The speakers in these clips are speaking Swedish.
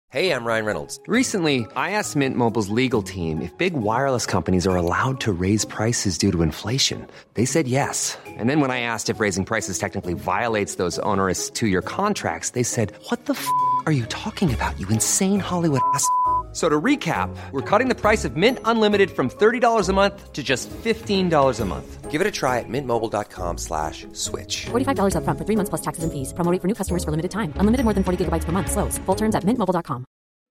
Hey, I'm Ryan Reynolds. Recently, I asked Mint Mobile's legal team if big wireless companies are allowed to raise prices due to inflation. They said yes. And then when I asked if raising prices technically violates those onerous two-year contracts, they said, "What the are you talking about, you insane Hollywood ass?" So to recap, we're cutting the price of Mint Unlimited from $30 a month to just $15 a month. Give it a try at mintmobile.com/switch. $45 up front for 3 months plus taxes and fees. Promo rate for new customers for limited time. Unlimited more than 40 gigabytes per month. Slows full terms at mintmobile.com.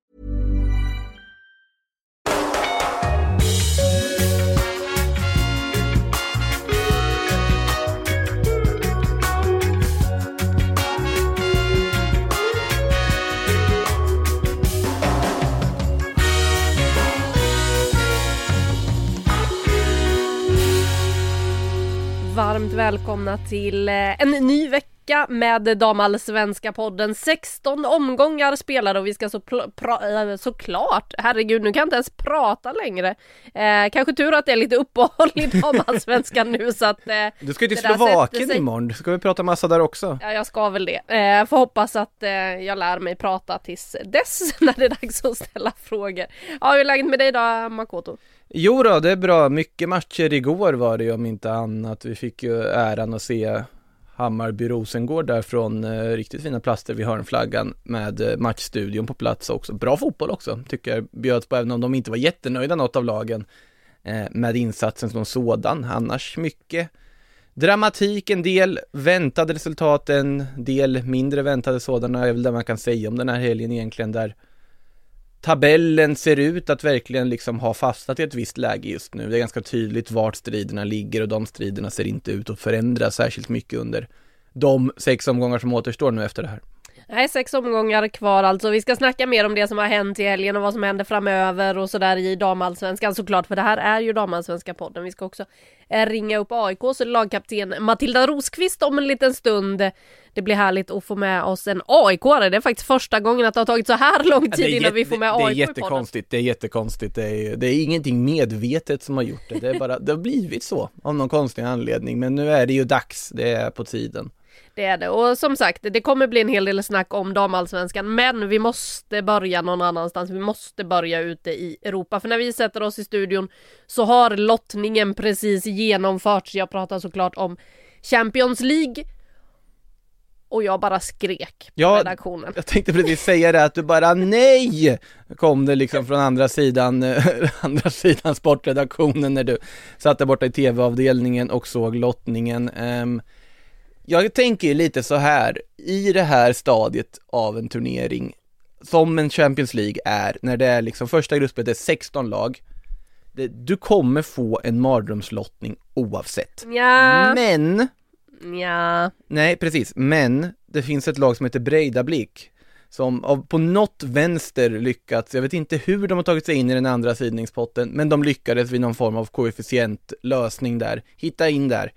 Varmt välkomna till en ny vecka med Damallsvenska podden. 16 omgångar spelade och vi ska såklart, herregud, nu kan jag inte ens prata längre. Kanske tur att det är lite uppehåll i Damallsvenskan nu så att... Du ska ju till Slovakien imorgon, ska vi prata massa där också? Ja, jag ska väl det. Får hoppas att jag lär mig prata tills dess när det är dags att ställa frågor. Ja, hur är läget med dig då, Makoto? Jo då, det är bra. Mycket matcher igår var det ju, om inte annat. Vi fick ju äran att se Hammarby-Rosengård där från riktigt fina platser vid hörnflaggan med matchstudion på plats också. Bra fotboll också, tycker jag bjöds på, även om de inte var jättenöjda något av lagen med insatsen som sådan. Annars mycket dramatik, en del väntade resultat, en del mindre väntade sådana är väl det man kan säga om den här helgen egentligen, där tabellen ser ut att verkligen liksom ha fastnat i ett visst läge just nu. Det är ganska tydligt vart striderna ligger och de striderna ser inte ut att förändras särskilt mycket under de 6 omgångar som återstår nu efter det här. Nej, 6 omgångar kvar alltså. Vi ska snacka mer om det som har hänt i helgen och vad som händer framöver och sådär i Damallsvenskan såklart, för det här är ju Damallsvenska podden. Vi ska också ringa upp AIKs lagkapten Matilda Rosqvist om en liten stund. Det blir härligt att få med oss en AIK-are. Det är faktiskt första gången att det har tagit så här lång tid innan vi får med AIK i podden. Det är jättekonstigt. Det är ingenting medvetet som har gjort det. Det är bara, det har blivit så av någon konstig anledning. Men nu är det ju dags. Det är på tiden. Det är det. Och som sagt, det kommer bli en hel del snack om Damallsvenskan, men vi måste börja någon annanstans. Vi måste börja ute i Europa. För när vi sätter oss i studion så har lottningen precis genomförts. Jag pratar såklart om Champions League. Och jag bara skrek på redaktionen. Jag tänkte precis säga det, att du bara nej! Kom det liksom från andra sidan sportredaktionen när du satt där borta i tv-avdelningen och såg lottningen. Jag tänker lite så här, i det här stadiet av en turnering som en Champions League är, när det är liksom första gruppspelet är 16 lag, du kommer få en mardrömslottning oavsett. Ja. Men ja. Nej, precis. Men det finns ett lag som heter Breidablik som på något vänster lyckats, jag vet inte hur de har tagit sig in i den andra sidningspotten, men de lyckades vid någon form av koefficientlösning där, hitta in där.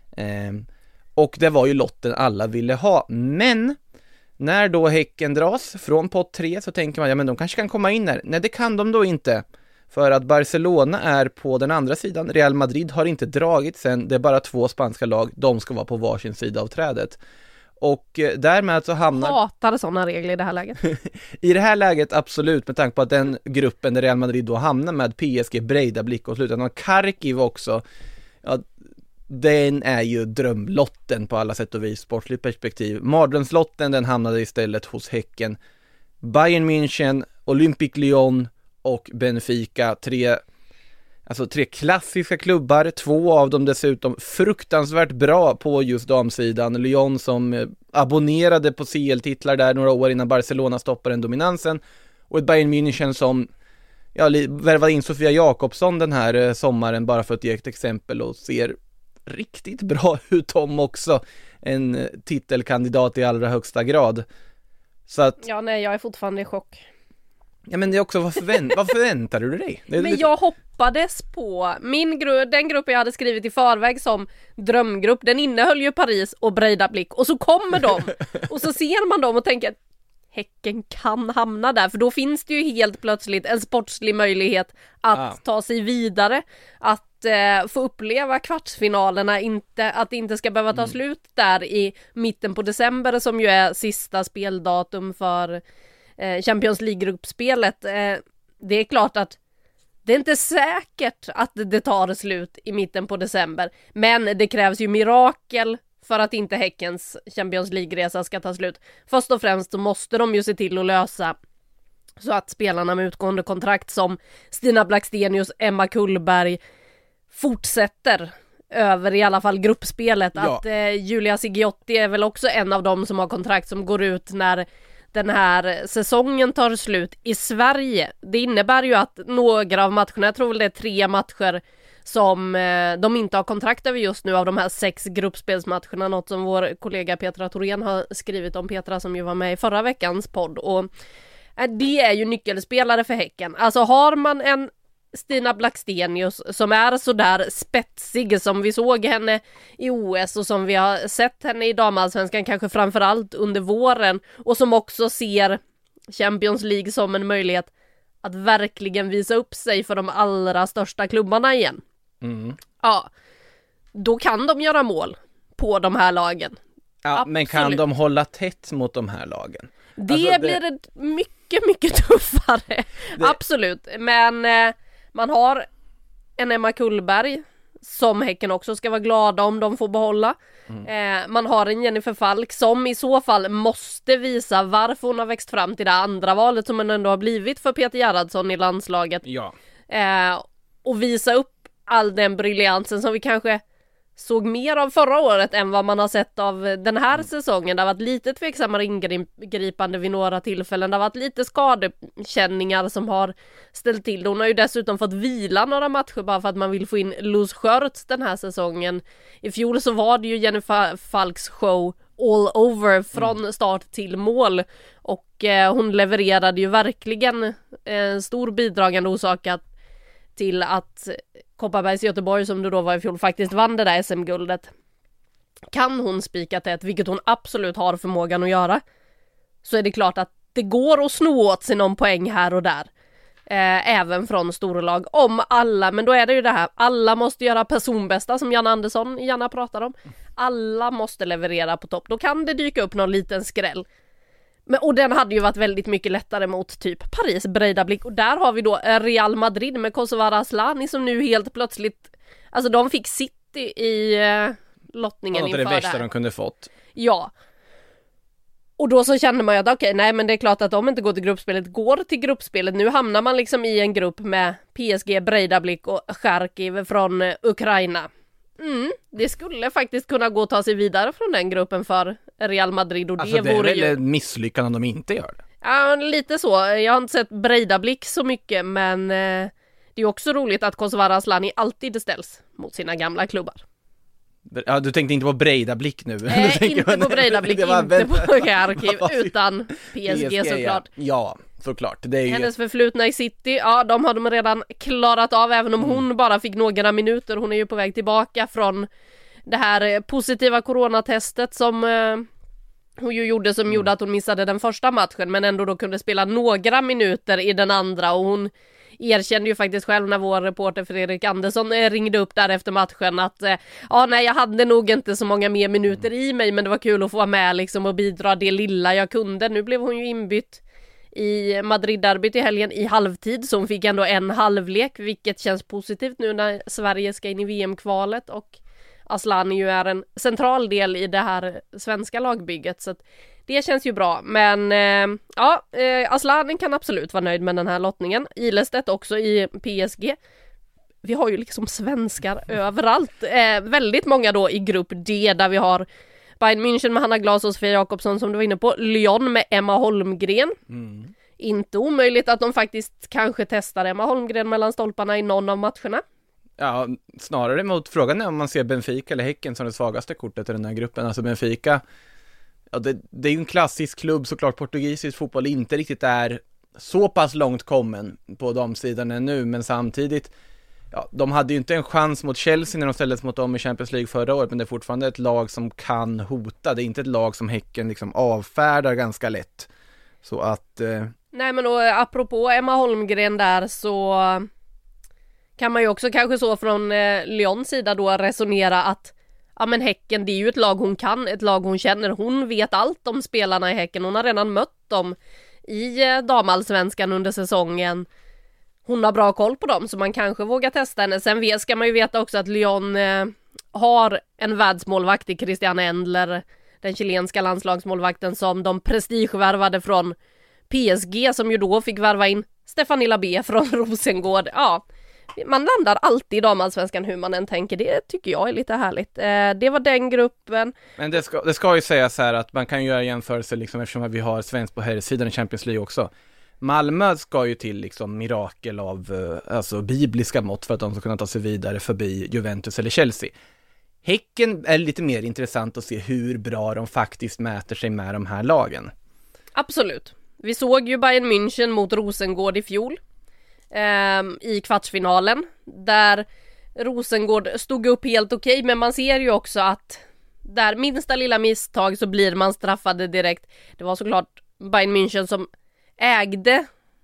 Och det var ju lotten alla ville ha. Men när då Häcken dras från pott 3 så tänker man, ja men de kanske kan komma in där. Nej, det kan de då inte. För att Barcelona är på den andra sidan. Real Madrid har inte dragit sen. Det är bara 2 spanska lag. De ska vara på varsin sida av trädet. Och därmed så hamnar... Hatar sådana regler i det här läget. I det här läget absolut, med tanke på att den gruppen där Real Madrid då hamnar med PSG, Breidablik och slutändan Kharkiv också. Ja, den är ju drömlotten på alla sätt och vis, sportligt perspektiv. Mardrömslotten, den hamnade istället hos Häcken. Bayern München, Olympique Lyon och Benfica, 3 klassiska klubbar, 2 av dem dessutom fruktansvärt bra på just damsidan. Lyon som abonnerade på CL-titlar där några år innan Barcelona stoppade den dominansen, och ett Bayern München som värvade in Sofia Jakobsson den här sommaren, bara för att ge ett exempel, och ser riktigt bra ut om också. En titelkandidat i allra högsta grad. Så att... Ja, nej, jag är fortfarande i chock. Ja, men det är också, vad förväntar du dig? Men jag hoppades på den grupp jag hade skrivit i förväg som drömgrupp, den innehöll ju Paris och Breidablik, och så kommer de och så ser man dem och tänker Häcken kan hamna där, för då finns det ju helt plötsligt en sportslig möjlighet att ta sig vidare, att få uppleva kvartsfinalerna, att det inte ska behöva ta slut där i mitten på december som ju är sista speldatum för Champions League-gruppspelet. Det är klart att det är inte säkert att det tar slut i mitten på december, men det krävs ju mirakel för att inte Häckens Champions League-resa ska ta slut. Först och främst så måste de ju se till att lösa så att spelarna med utgående kontrakt som Stina Blackstenius, Emma Kullberg fortsätter över i alla fall gruppspelet. Ja. Att Julia Sigiotti är väl också en av dem som har kontrakt som går ut när den här säsongen tar slut i Sverige. Det innebär ju att några av matcherna, jag tror väl det är 3 matcher som de inte har kontrakt över just nu av de här 6 gruppspelsmatcherna, något som vår kollega Petra Thorén har skrivit om. Petra som ju var med i förra veckans podd, och det är ju nyckelspelare för Häcken. Alltså har man en Stina Blackstenius som är så där spetsig som vi såg henne i OS och som vi har sett henne i damallsvenskan kanske framförallt under våren, och som också ser Champions League som en möjlighet att verkligen visa upp sig för de allra största klubbarna igen. Ja, då kan de göra mål på de här lagen. Ja, absolut. Men kan de hålla tätt mot de här lagen? Det Alltså, blir det mycket tuffare. Absolut, men man har en Emma Kullberg som Häcken också ska vara glada om de får behålla. Man har en Jennifer Falk som i så fall måste visa varför hon har växt fram till det andra valet som hon ändå har blivit för Peter Gerhardsson i landslaget. Ja. Och visa upp all den briljansen som vi kanske såg mer av förra året än vad man har sett av den här säsongen. Det har varit lite tveksammare ingripande vid några tillfällen. Det har varit lite skadekänningar som har ställt till. Hon har ju dessutom fått vila några matcher bara för att man vill få in Luz Skörts den här säsongen. I fjol så var det ju Jennifer Falks show all over från start till mål. Och hon levererade ju verkligen en stor bidragande orsak till att Kopparbergs Göteborg, som det då var i fjol, faktiskt vann det där SM-guldet. Kan hon spika tätt, vilket hon absolut har förmågan att göra, så är det klart att det går att sno åt sig någon poäng här och där. Även från storlag. Om alla, men då är det ju det här, alla måste göra personbästa som Jan Andersson gärna pratar om. Alla måste leverera på topp. Då kan det dyka upp någon liten skräll. Och den hade ju varit väldigt mycket lättare mot typ Paris, Breidablik. Och där har vi då Real Madrid med Kosovare Asllani som nu helt plötsligt, alltså de fick City i lottningen inför det värsta de kunde fått. Ja. Och då så kände man ju att okej, nej men det är klart att de inte går till gruppspelet. Nu hamnar man liksom i en grupp med PSG, Breidablik och Charkiv från Ukraina. Det skulle faktiskt kunna gå att ta sig vidare från den gruppen för Real Madrid, och Alltså det är väl ett misslyckande om de inte gör det. Ja, lite så. Jag har inte sett Breidablik så mycket, men det är också roligt att Kosovare Asllani alltid ställs mot sina gamla klubbar. Ja, du tänkte inte på Breidablik nu? Inte på Breidablik, inte på Charkiv, utan PSG såklart. Ja, såklart. Det är ju hennes förflutna i City, ja, de har de redan klarat av, även om hon bara fick några minuter. Hon är ju på väg tillbaka från det här positiva coronatestet som hon ju gjorde, som gjorde att hon missade den första matchen, men ändå då kunde spela några minuter i den andra. Och hon erkände ju faktiskt själv när vår reporter Fredrik Andersson ringde upp där efter matchen att jag hade nog inte så många mer minuter i mig, men det var kul att få vara med liksom och bidra det lilla jag kunde. Nu blev hon ju inbytt i Madrid-derbyt i helgen i halvtid, så hon fick ändå en halvlek, vilket känns positivt nu när Sverige ska in i VM-kvalet och Asllani ju är en central del i det här svenska lagbygget, så att det känns ju bra. Men Asllani kan absolut vara nöjd med den här lottningen. Ilestedt också i PSG. Vi har ju liksom svenskar överallt. Väldigt många då i grupp D, där vi har Bayern München med Hanna Glas och Sofia Jakobsson som du var inne på. Lyon med Emma Holmgren. Inte omöjligt att de faktiskt kanske testar Emma Holmgren mellan stolparna i någon av matcherna. Ja, snarare mot frågan är om man ser Benfica eller Häcken som det svagaste kortet i den här gruppen. Alltså Benfica, ja, det är ju en klassisk klubb såklart. Portugisisk fotboll inte riktigt är så pass långt kommen på de sidorna nu, men samtidigt, ja, de hade ju inte en chans mot Chelsea när de ställdes mot dem i Champions League förra året, men det är fortfarande ett lag som kan hota. Det är inte ett lag som Häcken liksom avfärdar ganska lätt. Så att Nej, men då, apropå Emma Holmgren där, så kan man ju också kanske så från Lyons sida då resonera att ja, men Häcken, det är ju ett lag hon kan, ett lag hon känner. Hon vet allt om spelarna i Häcken. Hon har redan mött dem i damallsvenskan under säsongen. Hon har bra koll på dem så man kanske vågar testa henne. Sen ska man ju veta också att Lyon har en världsmålvakt i Christian Endler, den chilenska landslagsmålvakten som de prestigevärvade från PSG, som ju då fick värva in Stéphanie Labé från Rosengård. Ja, man landar alltid i damallsvenskan hur man än tänker. Det tycker jag är lite härligt. Det var den gruppen. Men det ska ju sägas så här att man kan göra jämförelser liksom, eftersom vi har svensk på herrsidan i Champions League också. Malmö ska ju till liksom mirakel av alltså bibliska mått för att de ska kunna ta sig vidare förbi Juventus eller Chelsea. Häcken är lite mer intressant att se hur bra de faktiskt mäter sig med de här lagen. Absolut. Vi såg ju Bayern München mot Rosengård i fjol i kvartsfinalen, där Rosengård stod upp helt okej, men man ser ju också att där minsta lilla misstag så blir man straffade direkt. Det var såklart Bayern München som ägde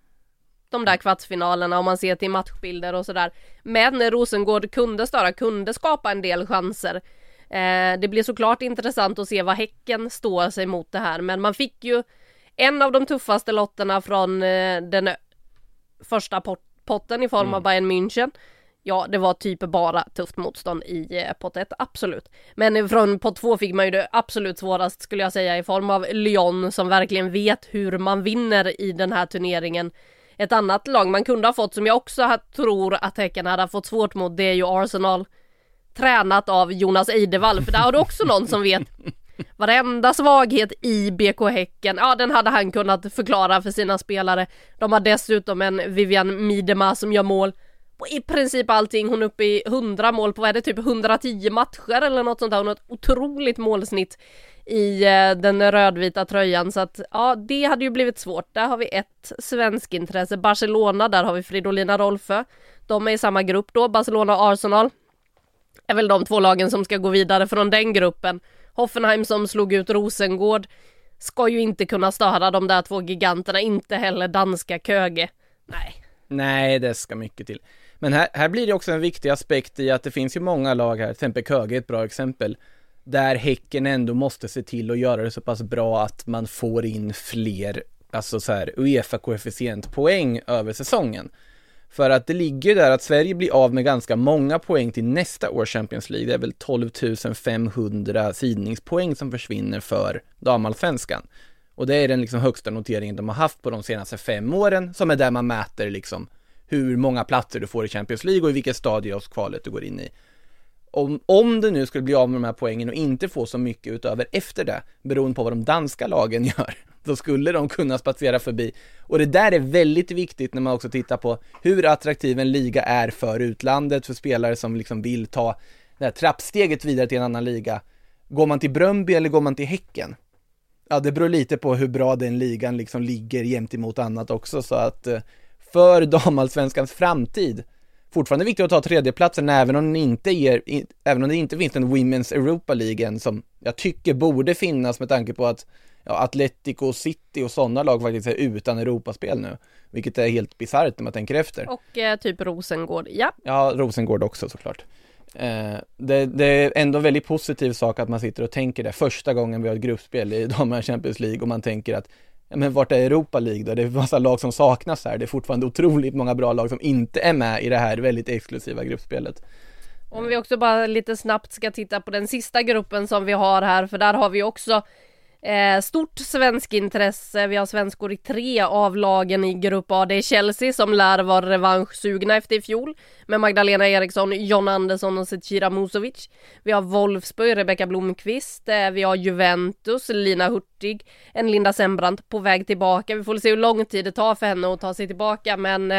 de där kvartsfinalerna om man ser till matchbilder och sådär. Men Rosengård kunde skapa en del chanser. Det blir såklart intressant att se vad Häcken står sig mot det här. Men man fick ju en av de tuffaste lotterna från den första potten i form av Bayern München. Ja, det var typ bara tufft motstånd i pott 1, absolut. Men från pott 2 fick man ju det absolut svårast, skulle jag säga, i form av Lyon, som verkligen vet hur man vinner i den här turneringen. Ett annat lag man kunde ha fått, som jag också tror att Häcken hade fått svårt mot, det är ju Arsenal, tränat av Jonas Eidevall. För där har du också någon som vet varenda svaghet i BK Häcken. Ja, den hade han kunnat förklara för sina spelare. De har dessutom en Vivian Miedema som gör mål på i princip allting. Hon är uppe i 100 mål på, vad är det, typ 110 matcher eller något sånt där. Hon har ett otroligt målsnitt i den rödvita tröjan. Så att ja, det hade ju blivit svårt. Där har vi ett svensk intresse. Barcelona, där har vi Fridolina Rolfö. De är i samma grupp då. Barcelona och Arsenal är väl de två lagen som ska gå vidare från den gruppen. Hoffenheim, som slog ut Rosengård, ska ju inte kunna störa de där två giganterna. Inte heller danska Köge. Nej, det ska mycket till. Men här blir det också en viktig aspekt i att det finns ju många lag här, till exempel Köge är ett bra exempel, där Häcken ändå måste se till att göra det så pass bra att man får in fler, alltså så här UEFA-koefficientpoäng över säsongen. För att det ligger där att Sverige blir av med ganska många poäng till nästa års Champions League. Det är väl 12 500 sidningspoäng som försvinner för damallsvenskan. Och det är den liksom högsta noteringen de har haft på de senaste 5 åren, som är där man mäter liksom hur många platser du får i Champions League och i vilket stadie av kvalet du går in i. Om det nu skulle bli av med de här poängen och inte få så mycket utöver efter det, beroende på vad de danska lagen gör, då skulle de kunna spatsera förbi. Och det där är väldigt viktigt när man också tittar på hur attraktiv en liga är för utlandet, för spelare som liksom vill ta det här trappsteget vidare till en annan liga. Går man till Bröndby eller går man till Häcken? Ja, det beror lite på hur bra den ligan liksom ligger jämt emot annat också. Så att för damallsvenskans framtid, fortfarande viktigt att ta tredjeplatsen även om det inte finns en Women's Europa League som jag tycker borde finnas, med tanke på att Atletico City och sådana lag faktiskt är utan Europaspel nu, vilket är helt bisarrt när man tänker efter. Och typ Rosengård, ja. Ja, Rosengård också såklart. Det är ändå en väldigt positiv sak att man sitter och tänker det första gången vi har ett gruppspel i damernas Champions League, och man tänker att men vart är Europa League då? Det är en massa lag som saknas här. Det är fortfarande otroligt många bra lag som inte är med i det här väldigt exklusiva gruppspelet. Om vi också bara lite snabbt ska titta på den sista gruppen som vi har här, för där har vi också stort svensk intresse. Vi har svenskor i 3 av lagen i grupp A. Det är Chelsea som lär vara revanschsugna efter i fjol, med Magdalena Eriksson, John Andersson och Zecira Musovic. Vi har Wolfsburg, Rebecca Blomqvist. Vi har Juventus, Lina Hurtig, en Linda Sembrant på väg tillbaka. Vi får se hur lång tid det tar för henne att ta sig tillbaka, men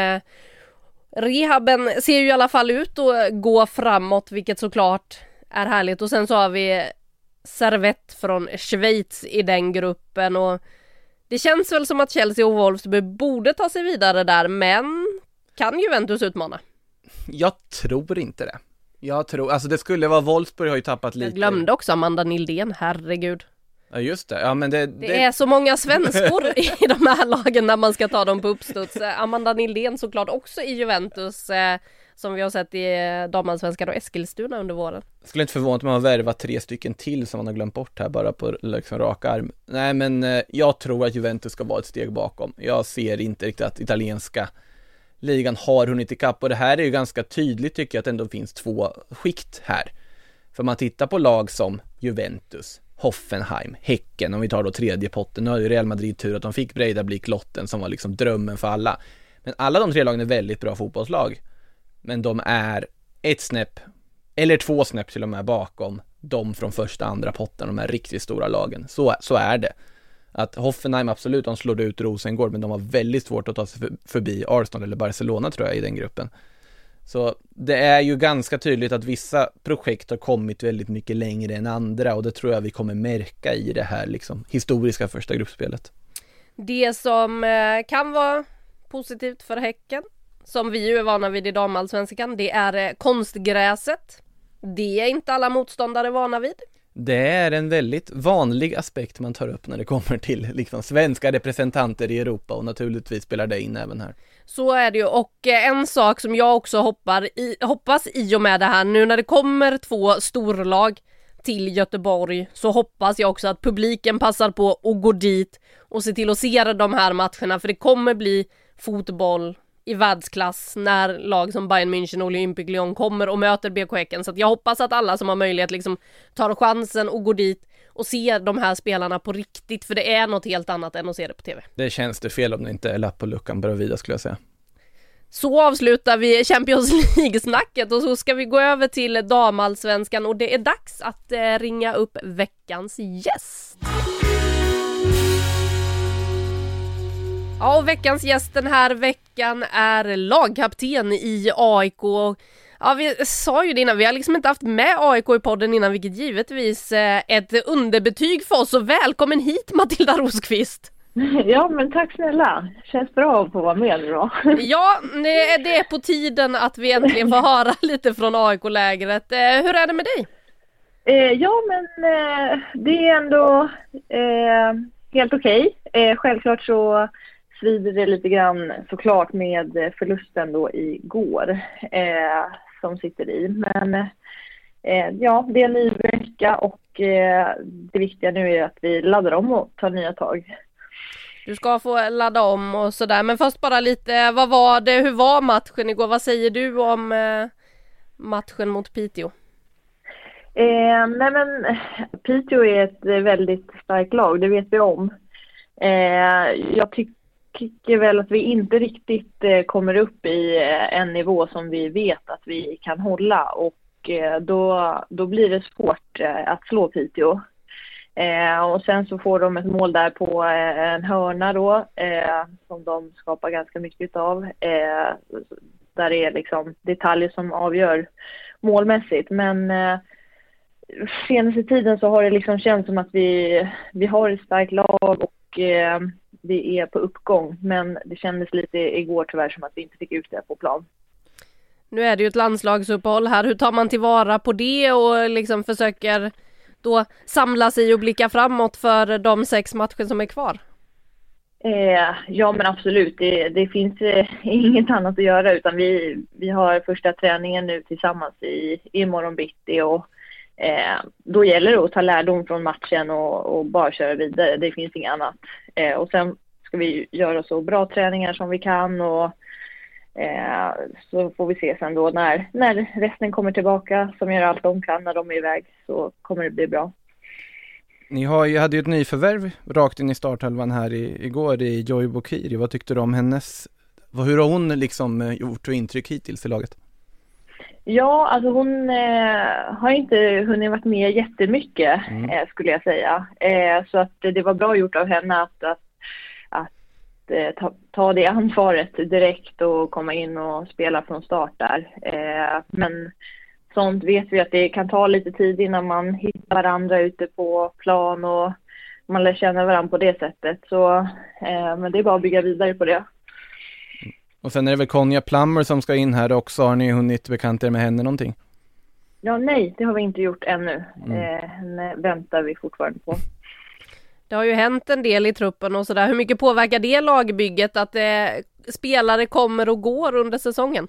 rehaben ser ju i alla fall ut att gå framåt, vilket såklart är härligt. Och sen så har vi Servette från Schweiz i den gruppen, och det känns väl som att Chelsea och Wolfsburg borde ta sig vidare där, men kan Juventus utmana? Jag tror inte det. Alltså det skulle vara, Wolfsburg har ju tappat lite. Jag glömde också Amanda Nildén, herregud. Ja, just det. Ja, men det är så många svenskor i de här lagen när man ska ta dem på uppstuds. Amanda Nildén såklart också i Juventus, som vi har sett i damallsvenskan och Eskilstuna under våren. Skulle inte förvåna mig om man värvar 3 stycken till som man har glömt bort här bara på liksom rak arm. Nej, men jag tror att Juventus ska vara ett steg bakom. Jag ser inte riktigt att italienska ligan har hunnit ikapp, och det här är ju ganska tydligt tycker jag att det ändå finns 2 skikt här. För man tittar på lag som Juventus, Hoffenheim, Häcken, om vi tar då tredje potten. Nu har ju Real Madrid tur att de fick Breidablik-lotten som var liksom drömmen för alla. Men alla de 3 lagen är väldigt bra fotbollslag. Men de är 1 snäpp, eller 2 snäpp till och med bakom de från första andra potten, de här riktigt stora lagen. Så är det. Att Hoffenheim absolut, de slår ut Rosengård, men de har väldigt svårt att ta sig förbi Arsenal eller Barcelona tror jag i den gruppen. Så det är ju ganska tydligt att vissa projekt har kommit väldigt mycket längre än andra, och det tror jag vi kommer märka i det här liksom historiska första gruppspelet. Det som kan vara positivt för Häcken, som vi ju är vana vid i damallsvenskan, det är konstgräset. Det är inte alla motståndare vana vid. Det är en väldigt vanlig aspekt man tar upp när det kommer till liksom svenska representanter i Europa, och naturligtvis spelar det in även här. Så är det ju, och en sak som jag också hoppas i och med det här, nu när det kommer 2 storlag till Göteborg, så hoppas jag också att publiken passar på att gå dit och se till att se de här matcherna, för det kommer bli fotboll i världsklass när lag som Bayern München och Olympique Lyon kommer och möter BK Häcken. Så att jag hoppas att alla som har möjlighet liksom tar chansen och går dit och ser de här spelarna på riktigt, för det är något helt annat än att se det på tv. Det känns det fel om det inte är lapp på luckan bredvid, skulle jag säga. Så avslutar vi Champions League-snacket, och så ska vi gå över till damallsvenskan, och det är dags att ringa upp veckans gäst. Ja, och veckans gäst den här veckan är lagkapten i AIK. Ja, vi sa ju det innan, vi har liksom inte haft med AIK i podden innan, vilket givetvis är ett underbetyg för oss. Så välkommen hit, Matilda Rosqvist. Ja, men tack snälla. Känns bra att få vara med nu då. Ja, det är på tiden att vi äntligen får höra lite från AIK-lägret. Hur är det med dig? Ja, men det är ändå helt okej. Självklart så svider det lite grann såklart med förlusten då igår som sitter i. Men ja, det är en ny vecka, och det viktiga nu är att vi laddar om och tar nya tag. Du ska få ladda om och sådär, men först bara lite, vad var det, hur var matchen igår? Vad säger du om matchen mot Piteå? Nej, men Piteå är ett väldigt starkt lag, det vet vi om. Jag tycker väl att vi inte riktigt kommer upp i en nivå som vi vet att vi kan hålla, och då blir det svårt att slå Piteå. Och sen så får de ett mål där på en hörna då, som de skapar ganska mycket av. Där det är liksom detaljer som avgör målmässigt. Men senaste tiden så har det liksom känts som att vi har ett starkt lag, och vi är på uppgång. Men det kändes lite igår tyvärr som att vi inte fick ut det på plan. Nu är det ju ett landslagsuppehåll här. Hur tar man tillvara på det och liksom försöker då samla sig och blicka framåt för de 6 matcher som är kvar? Ja, men absolut. Det finns inget annat att göra, utan vi har första träningen nu tillsammans i morgon bitti, och då gäller det att ta lärdom från matchen och bara köra vidare. Det finns inget annat. Och sen ska vi göra så bra träningar som vi kan, och så får vi se sen då när resten kommer tillbaka, som gör allt de kan när de är iväg, så kommer det bli bra. Ni hade ju ett nyförvärv rakt in i starthalvan här igår i Joy Bokiri. Vad tyckte du om hennes? Hur har hon liksom gjort intryck hittills i laget? Ja, alltså hon har inte hunnit varit med jättemycket skulle jag säga. Så att det var bra gjort av henne att ta det ansvaret direkt och komma in och spela från start där. Men sånt vet vi att det kan ta lite tid innan man hittar varandra ute på plan och man lär känna varandra på det sättet. Så, men det är bara att bygga vidare på det. Och sen är det väl Konja Plummer som ska in här också. Har ni hunnit bekanta er med henne någonting? Ja, nej, det har vi inte gjort ännu. Henne väntar vi fortfarande på. Det har ju hänt en del i truppen och sådär. Hur mycket påverkar det lagbygget att spelare kommer och går under säsongen?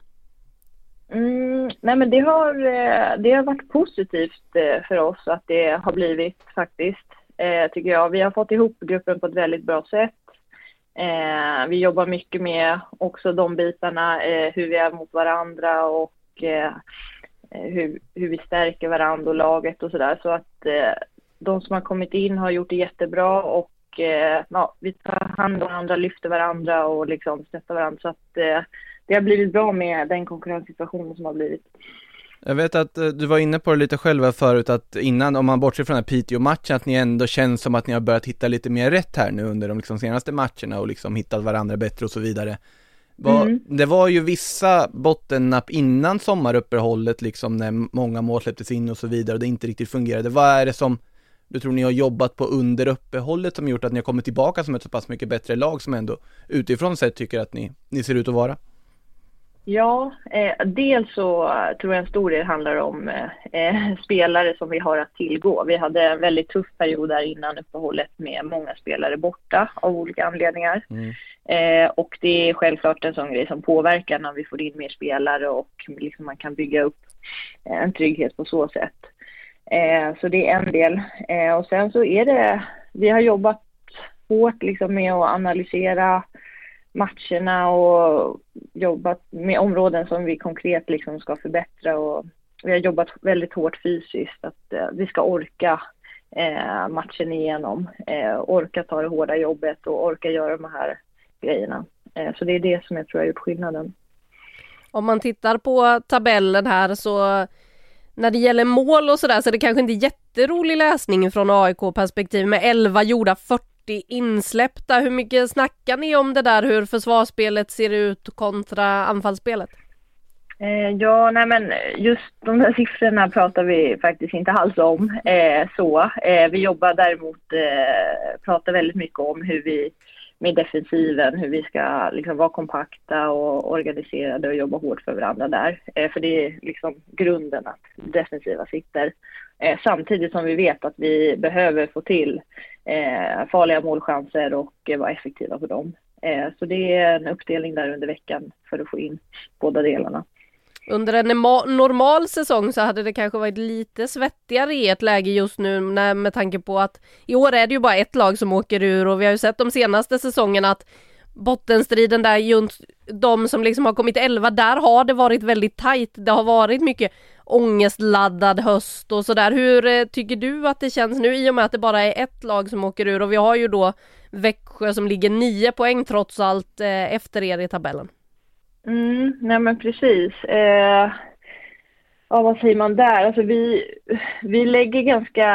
Nej, men det har varit positivt för oss att det har blivit faktiskt, tycker jag. Vi har fått ihop gruppen på ett väldigt bra sätt. Vi jobbar mycket med också de bitarna, hur vi är mot varandra och hur vi stärker varandra och laget och sådär. Så att de som har kommit in har gjort det jättebra och vi tar hand om varandra, lyfter varandra och liksom stöttar varandra. Så att det har blivit bra med den konkurrenssituationen som har blivit. Jag vet att du var inne på det lite själva förut, att innan, om man bortser från den här Piteå-matchen, att ni ändå känns som att ni har börjat hitta lite mer rätt här nu under de liksom senaste matcherna och liksom hittat varandra bättre och så vidare. Det var ju vissa bottennapp innan sommaruppehållet liksom, när många mål släpptes in och så vidare och det inte riktigt fungerade. Vad är det som du tror ni har jobbat på under uppehållet som gjort att ni har kommit tillbaka som ett så pass mycket bättre lag som ändå utifrån sett tycker att ni ser ut att vara? Ja, dels så tror jag en stor del handlar om spelare som vi har att tillgå. Vi hade en väldigt tuff period där innan uppehållet med många spelare borta av olika anledningar. Och det är självklart en sån grej som påverkar när vi får in mer spelare och liksom man kan bygga upp en trygghet på så sätt. Så det är en del. Och sen så är det, vi har jobbat hårt liksom med att analysera matcherna och jobbat med områden som vi konkret liksom ska förbättra, och vi har jobbat väldigt hårt fysiskt att vi ska orka matchen igenom, orka ta det hårda jobbet och orka göra de här grejerna. Så det är det som jag tror har gjort skillnaden. Om man tittar på tabellen här så när det gäller mål och sådär så är det kanske inte jätterolig läsning från AIK-perspektiv med 11 gjorda, 40 insläppta. Hur mycket snackar ni om det där, hur försvarsspelet ser ut kontra anfallsspelet? Ja, nej men just de där siffrorna pratar vi faktiskt inte alls om. Vi jobbar däremot, pratar väldigt mycket om hur vi med defensiven, hur vi ska liksom vara kompakta och organiserade och jobba hårt för varandra där. För det är liksom grunden att defensiva sitter. Samtidigt som vi vet att vi behöver få till farliga målchanser och vara effektiva på dem. Så det är en uppdelning där under veckan för att få in båda delarna. Under en normal säsong så hade det kanske varit lite svettigare i ett läge just nu med tanke på att i år är det ju bara ett lag som åker ur, och vi har ju sett de senaste säsongerna att bottenstriden där, just de som liksom har kommit 11, där har det varit väldigt tajt. Det har varit mycket ångestladdad höst och sådär. Hur tycker du att det känns nu i och med att det bara är ett lag som åker ur, och vi har ju då Växjö som ligger 9 poäng trots allt efter er i tabellen? Nej men precis. Vad säger man där? Alltså vi lägger ganska...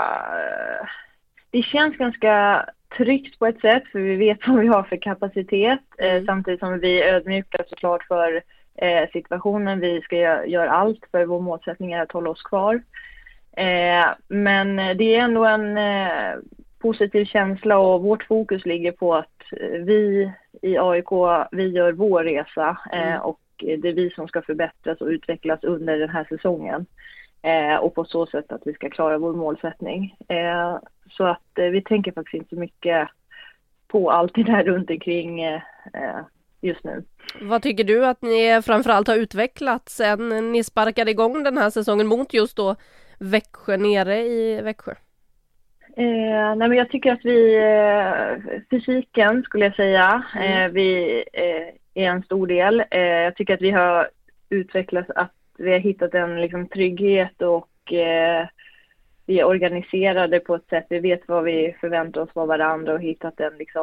Det känns ganska tryggt på ett sätt, för vi vet vad vi har för kapacitet. Samtidigt som vi är ödmjuka såklart för situationen. Vi ska göra allt för vår målsättning är att hålla oss kvar. Men det är ändå en positiv känsla, och vårt fokus ligger på att vi i AIK, vi gör vår resa och det är vi som ska förbättras och utvecklas under den här säsongen. Och på så sätt att vi ska klara vår målsättning. Så att vi tänker faktiskt inte så mycket på allt det där runt omkring just nu. Vad tycker du att ni framförallt har utvecklat sen ni sparkade igång den här säsongen mot just då Växjö nere i Växjö? Nej, men jag tycker att fysiken skulle jag säga, vi är en stor del. Jag tycker att vi har utvecklats, att vi har hittat en liksom trygghet, och vi är organiserade på ett sätt. Vi vet vad vi förväntar oss av varandra och hittat en liksom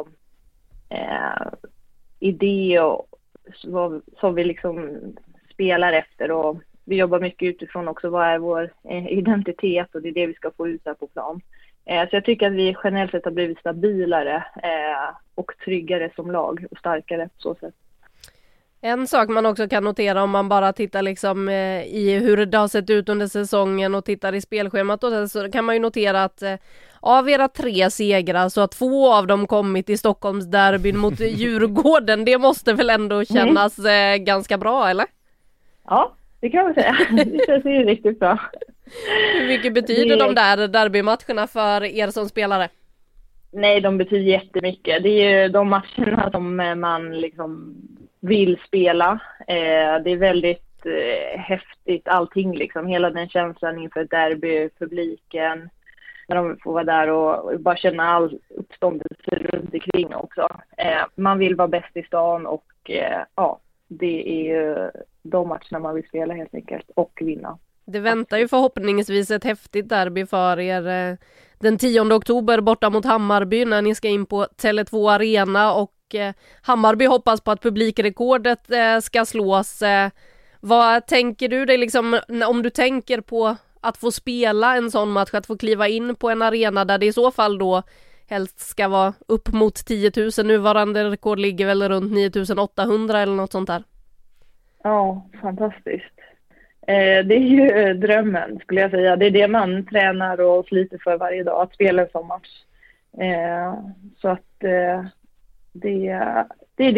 idé och som vi liksom spelar efter, och vi jobbar mycket utifrån också vad är vår identitet, och det är det vi ska få ut här på plan. Så jag tycker att vi generellt sett har blivit stabilare och tryggare som lag och starkare på så sätt. En sak man också kan notera om man bara tittar liksom i hur det har sett ut under säsongen och tittar i spelschemat, och så kan man ju notera att av era 3 segrar så har 2 av dem kommit i Stockholmsderbyn mot Djurgården. Det måste väl ändå kännas ganska bra, eller? Ja, det kan man säga. Det känns ju riktigt bra. Hur mycket betyder de där derbymatcherna för er som spelare? Nej, de betyder jättemycket. Det är ju de matcherna som man liksom vill spela. Det är väldigt häftigt allting liksom. Hela den känslan inför derby, publiken. När de får vara där och bara känna all uppståndelse runt omkring också. Man vill vara bäst i stan och det är ju de matcherna man vill spela helt enkelt och vinna. Det väntar ju förhoppningsvis ett häftigt derby för er den 10 oktober borta mot Hammarby när ni ska in på Tele2 Arena och Hammarby hoppas på att publikrekordet ska slås. Vad tänker du dig liksom, om du tänker på att få spela en sån match, att få kliva in på en arena där det i så fall då helst ska vara upp mot 10 000, nuvarande rekord ligger väl runt 9 800 eller något sånt där? Ja, fantastiskt. Det är ju drömmen skulle jag säga. Det är det man tränar och sliter för varje dag, att spela en sån match. Så att det är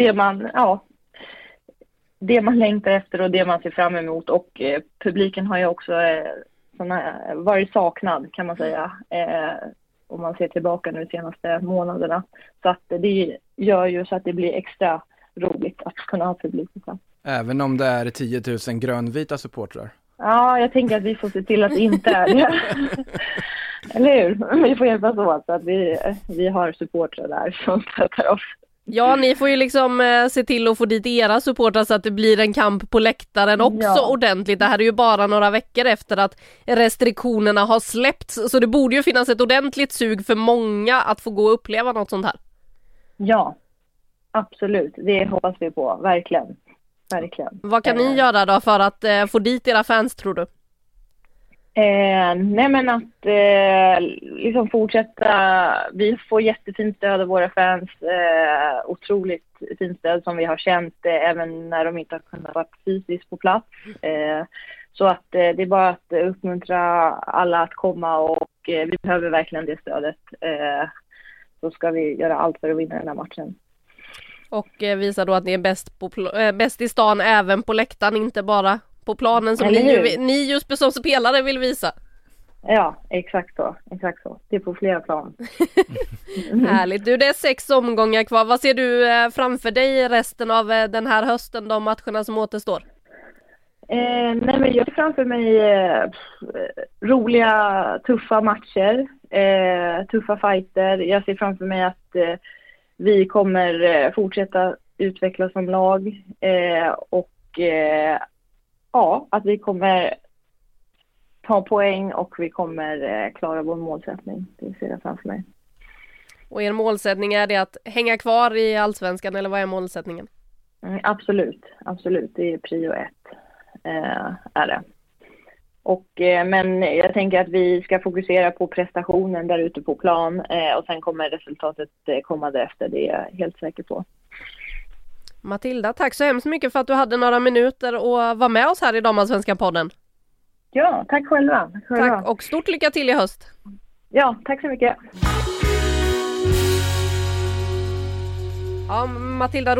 det man längtar efter och det man ser fram emot. Och publiken har ju också varit saknad kan man säga. Om man ser tillbaka nu de senaste månaderna. Så att det gör ju så att det blir extra roligt att kunna ha publik på plats. Även om det är 10 000 grönvita supportrar? Ja, jag tänker att vi får se till att det inte är det. Eller hur? Vi får hjälpas åt så att vi har supportrar där som stöttar oss. Ja, ni får ju liksom se till att få dit era supportrar så att det blir en kamp på läktaren också ordentligt. Det här är ju bara några veckor efter att restriktionerna har släppts. Så det borde ju finnas ett ordentligt sug för många att få gå och uppleva något sånt här. Ja, absolut. Det hoppas vi på, verkligen. Vad kan ni göra då för att få dit era fans, tror du? Nej men att liksom fortsätta. Vi får jättefint stöd av våra fans. Otroligt fint stöd som vi har känt även när de inte har kunnat vara fysiskt på plats. Så att det är bara att uppmuntra alla att komma och vi behöver verkligen det stödet. Så ska vi göra allt för att vinna den här matchen. Och visa då att ni är bäst i stan även på läktaren, inte bara på planen som ni just som spelare vill visa. Ja, exakt så. Det är på flera plan. Härligt. Du, det är 6 omgångar kvar. Vad ser du framför dig resten av den här hösten, de matcherna som återstår? Nej, men jag ser framför mig roliga, tuffa matcher. Tuffa fighter. Jag ser framför mig att vi kommer fortsätta utvecklas som lag och att vi kommer ta poäng och vi kommer klara vår målsättning. Det ser jag framför mig. Och er målsättning är det att hänga kvar i Allsvenskan, eller vad är målsättningen? Absolut. Det är prio 1 är det. Och, men jag tänker att vi ska fokusera på prestationen där ute på plan och sen kommer resultatet komma därefter, det är jag helt säker på. Matilda, tack så hemskt mycket för att du hade några minuter och var med oss här i Damallsvenskan-podden. Ja, tack själva. Tack och stort lycka till i höst. Ja, tack så mycket. Ja, Matilda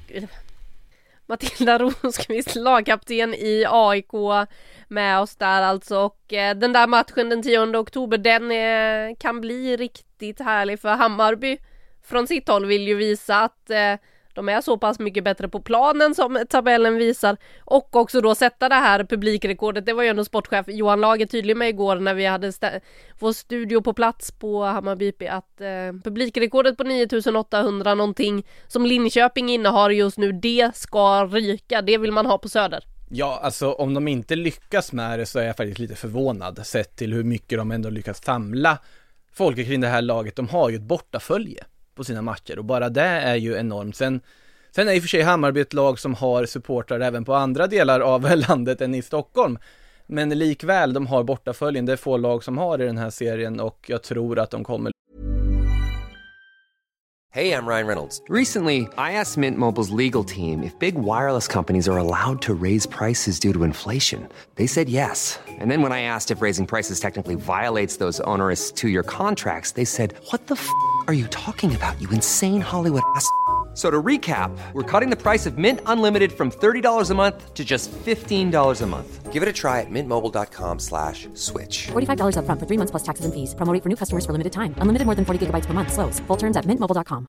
Rosqvist, lagkapten i AIK, med oss där alltså. Och den där matchen den 10 oktober, den kan bli riktigt härlig för Hammarby. Från sitt håll vill ju visa att de är så pass mycket bättre på planen som tabellen visar. Och också då sätta det här publikrekordet. Det var ju ändå sportchef Johan Lager tydlig med igår när vi hade vår studio på plats på Hammarby IP att publikrekordet på 9800 någonting som Linköping innehar just nu, det ska ryka. Det vill man ha på Söder. Ja, alltså om de inte lyckas med det så är jag faktiskt lite förvånad sett till hur mycket de ändå lyckas samla folket kring det här laget. De har ju ett bortafölje på sina matcher och bara det är ju enormt. Sen är i och för sig Hammarby ett lag som har supportrar även på andra delar av landet än i Stockholm. Men likväl, de har bortaföljen. Det är få lag som har i den här serien och jag tror att de kommer. Hey, I'm Ryan Reynolds. Recently, I asked Mint Mobile's legal team if big wireless companies are allowed to raise prices due to inflation. They said yes. And then when I asked if raising prices technically violates those onerous 2-year contracts, they said, "What the f*** are you talking about, you insane Hollywood ass?" So to recap, we're cutting the price of Mint Unlimited from $30 a month to just $15 a month. Give it a try at mintmobile.com/switch. $45 up front for 3 months plus taxes and fees. Promo rate for new customers for limited time. Unlimited more than 40 gigabytes per month slows. Full terms at mintmobile.com.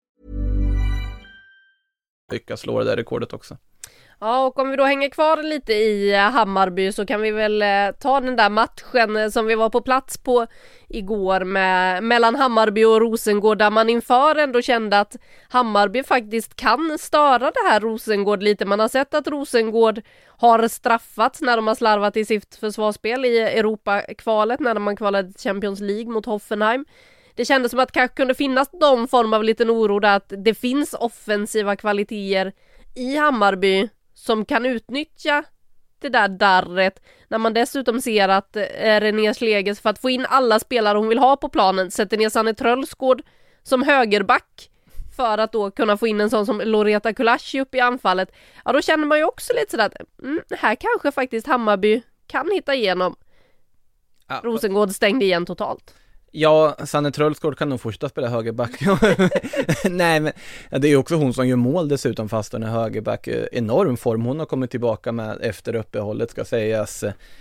Lyckas slå det där rekordet också. Ja, och om vi då hänger kvar lite i Hammarby så kan vi väl ta den där matchen som vi var på plats på igår mellan Hammarby och Rosengård, där man inför ändå kände att Hammarby faktiskt kan störa det här Rosengård lite. Man har sett att Rosengård har straffats när de har slarvat i sitt försvarsspel i Europa-kvalet, när de kvalade till Champions League mot Hoffenheim. Det kändes som att det kanske kunde finnas någon form av liten oro där, att det finns offensiva kvaliteter i Hammarby som kan utnyttja det där darret, när man dessutom ser att René Schlegels, för att få in alla spelare hon vill ha på planen, sätter ner Sanne Trölsgård som högerback för att då kunna få in en sån som Loreta Kulashi upp i anfallet. Ja, då känner man ju också lite sådär att här kanske faktiskt Hammarby kan hitta igenom. Ja. Rosengård stängde igen totalt. Ja, Sanne Trölsgård kan nog fortsätta spela högerback. Nej, men det är ju också hon som gör mål dessutom, fast hon är högerback. Enorm form hon har kommit tillbaka med efter uppehållet, ska sägas.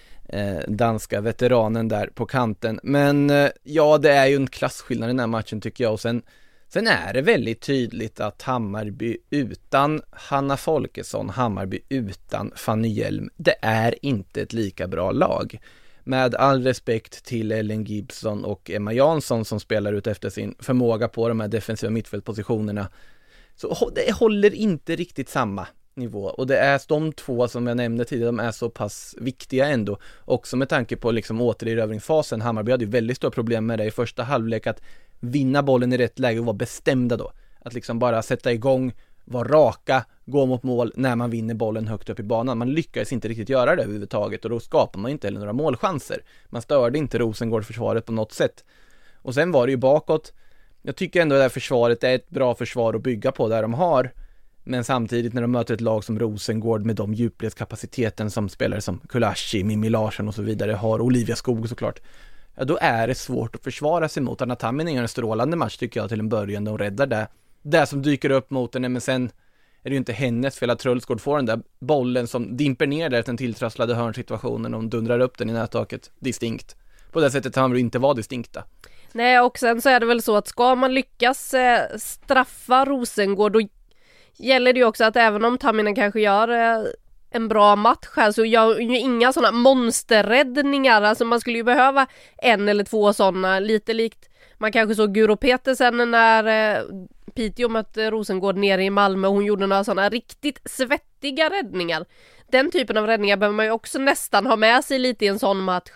Danska veteranen där på kanten. Men ja, det är ju en klasskillnad i den här matchen tycker jag. Och sen är det väldigt tydligt att Hammarby utan Hanna Folkesson, Hammarby utan Fanny Hjelm, det är inte ett lika bra lag. Med all respekt till Ellen Gibson och Emma Jansson som spelar ut efter sin förmåga på de här defensiva mittfältpositionerna, så det håller inte riktigt samma nivå. Och det är de två som jag nämnde tidigare, de är så pass viktiga ändå. Också med tanke på liksom återerövringsfasen. Hammarby hade ju väldigt stora problem med det i första halvlek, att vinna bollen i rätt läge och vara bestämda då. Att liksom bara sätta igång, vara raka, gå mot mål när man vinner bollen högt upp i banan. Man lyckades inte riktigt göra det överhuvudtaget, och då skapar man inte heller några målchanser. Man störde inte Rosengård-försvaret på något sätt. Och sen var det ju bakåt. Jag tycker ändå att det här försvaret är ett bra försvar att bygga på där de har. Men samtidigt när de möter ett lag som Rosengård med de djupledskapaciteten som spelare som Kulashi, Mimmi Larsson och så vidare har, Olivia Skog såklart, ja då är det svårt att försvara sig mot. Anna Tamminen gör en strålande match tycker jag till en början. De räddar det som dyker upp mot henne, men sen är det ju inte hennes fel att Trölsgård får den där bollen som dimper ner där efter den tilltrasslade hörnsituationen och dundrar upp den i nättaket distinkt. På det sättet han inte var distinkta. Nej, och sen så är det väl så att ska man lyckas straffa Rosengård, då gäller det ju också att även om Tamminen kanske gör en bra match här, så gör ju inga sådana monsterräddningar. Alltså man skulle ju behöva en eller två sådana, lite likt man kanske såg Guro Petersen när Piteå mötte Rosengård nere i Malmö, och hon gjorde några sådana riktigt svettiga räddningar. Den typen av räddningar behöver man ju också nästan ha med sig lite i en sån match.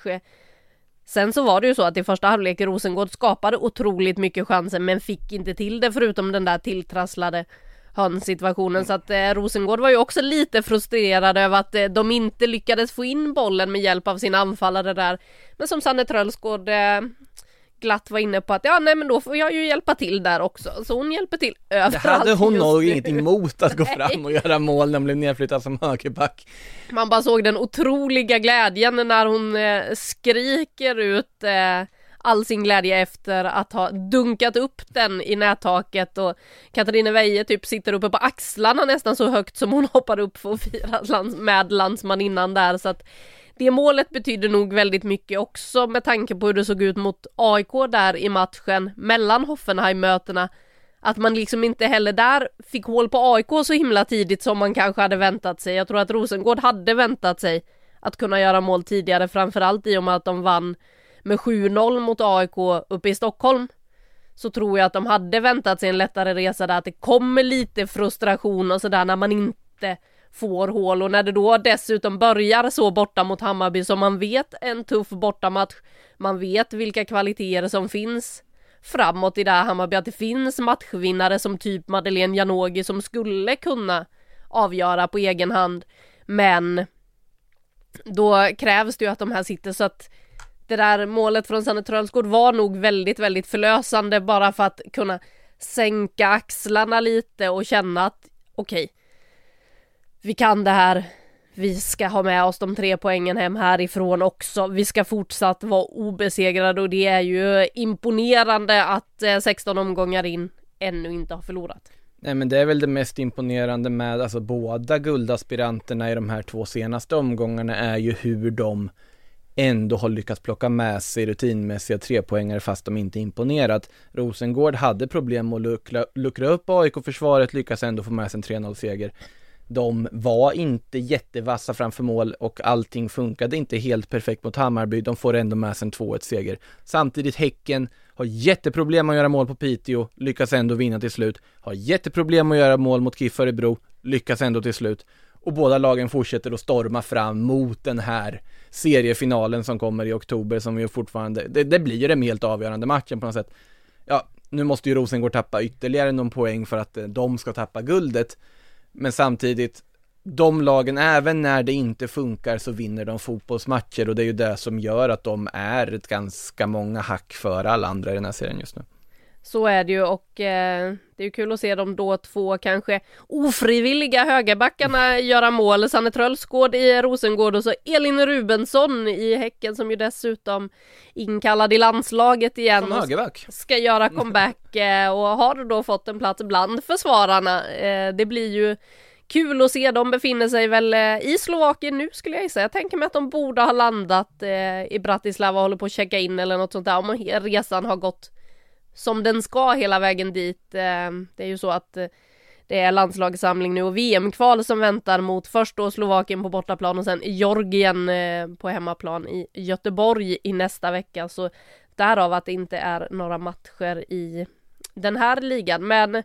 Sen så var det ju så att i första halvlek Rosengård skapade otroligt mycket chanser men fick inte till det, förutom den där tilltrasslade hörnsituationen. Så att Rosengård var ju också lite frustrerade över att de inte lyckades få in bollen med hjälp av sina anfallare där. Men som Sanne Trölsgård glatt var inne på att men då får jag ju hjälpa till där också. Så hon hjälper till överallt. Det hade hon nog ingenting emot att gå fram och göra mål när hon blev nedflyttad som högerback. Man bara såg den otroliga glädjen när hon skriker ut all sin glädje efter att ha dunkat upp den i nättaket, och Katarina Weihe typ sitter uppe på axlarna nästan så högt som hon hoppar upp för att fira med landsmaninnan där. Så att det målet betyder nog väldigt mycket också med tanke på hur det såg ut mot AIK där i matchen mellan Hoffenheim-mötena. Att man liksom inte heller där fick hål på AIK så himla tidigt som man kanske hade väntat sig. Jag tror att Rosengård hade väntat sig att kunna göra mål tidigare, framförallt i och med att de vann med 7-0 mot AIK uppe i Stockholm. Så tror jag att de hade väntat sig en lättare resa där, att det kommer lite frustration och sådär när man inte får hål, och när det då dessutom börjar så borta mot Hammarby som man vet en tuff bortamatch, man vet vilka kvaliteter som finns framåt i det här Hammarby, att det finns matchvinnare som typ Madeleine Janogy som skulle kunna avgöra på egen hand, men då krävs det ju att de här sitter. Så att det där målet från Sanne Trölsgård var nog väldigt, väldigt förlösande, bara för att kunna sänka axlarna lite och känna att okej, vi kan det här, vi ska ha med oss de 3 poängen hem härifrån också, vi ska fortsatt vara obesegrade, och det är ju imponerande att 16 omgångar in ännu inte har förlorat. Nej, men det är väl det mest imponerande med alltså båda guldaspiranterna i de här 2 senaste omgångarna är ju hur de ändå har lyckats plocka med sig rutinmässiga 3-poängare fast de inte imponerat. Rosengård hade problem att luckra upp AIK-försvaret, lyckas ändå få med sig en 3-0-seger. De var inte jättevassa framför mål och allting funkade inte helt perfekt mot Hammarby. De får ändå med sig en 2-1-seger. Samtidigt Häcken har jätteproblem att göra mål på Piteå, lyckas ändå vinna till slut. Har jätteproblem att göra mål mot KIF Örebro, lyckas ändå till slut. Och båda lagen fortsätter att storma fram mot den här seriefinalen som kommer i oktober, som ju fortfarande, det blir ju den helt avgörande matchen på något sätt. Ja, nu måste ju Rosengård tappa ytterligare någon poäng för att de ska tappa guldet. Men samtidigt, de lagen, även när det inte funkar så vinner de fotbollsmatcher, och det är ju det som gör att de är ett ganska många hack för alla andra i den här serien just nu. Så är det ju, och det är ju kul att se de då 2 kanske ofrivilliga högerbackarna göra mål. Sanne Trölsgård i Rosengård och så Elin Rubensson i Häcken, som ju dessutom inkallad i landslaget igen. Som högerback. Ska göra comeback och har då fått en plats bland försvararna. Det blir ju kul att se. De befinner sig väl i Slovakien nu, skulle jag säga. Jag tänker mig att de borde ha landat i Bratislava och håller på att checka in eller något sånt där, om resan har gått som den ska hela vägen dit. Det är ju så att det är landslagssamling nu och VM-kval som väntar mot först då Slovakien på bortaplan och sen Georgien på hemmaplan i Göteborg i nästa vecka. Så därav att det inte är några matcher i den här ligan. Men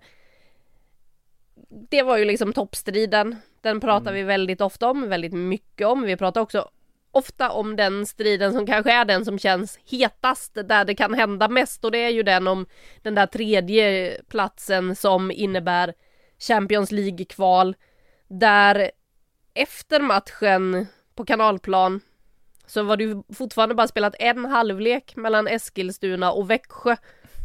det var ju liksom toppstriden. Den pratar vi väldigt ofta om, väldigt mycket om. Vi pratar också ofta om den striden som kanske är den som känns hetast, där det kan hända mest, och det är ju den om den där 3:e platsen som innebär Champions League-kval, där efter matchen på Kanalplan så var det ju fortfarande bara spelat en halvlek mellan Eskilstuna och Växjö,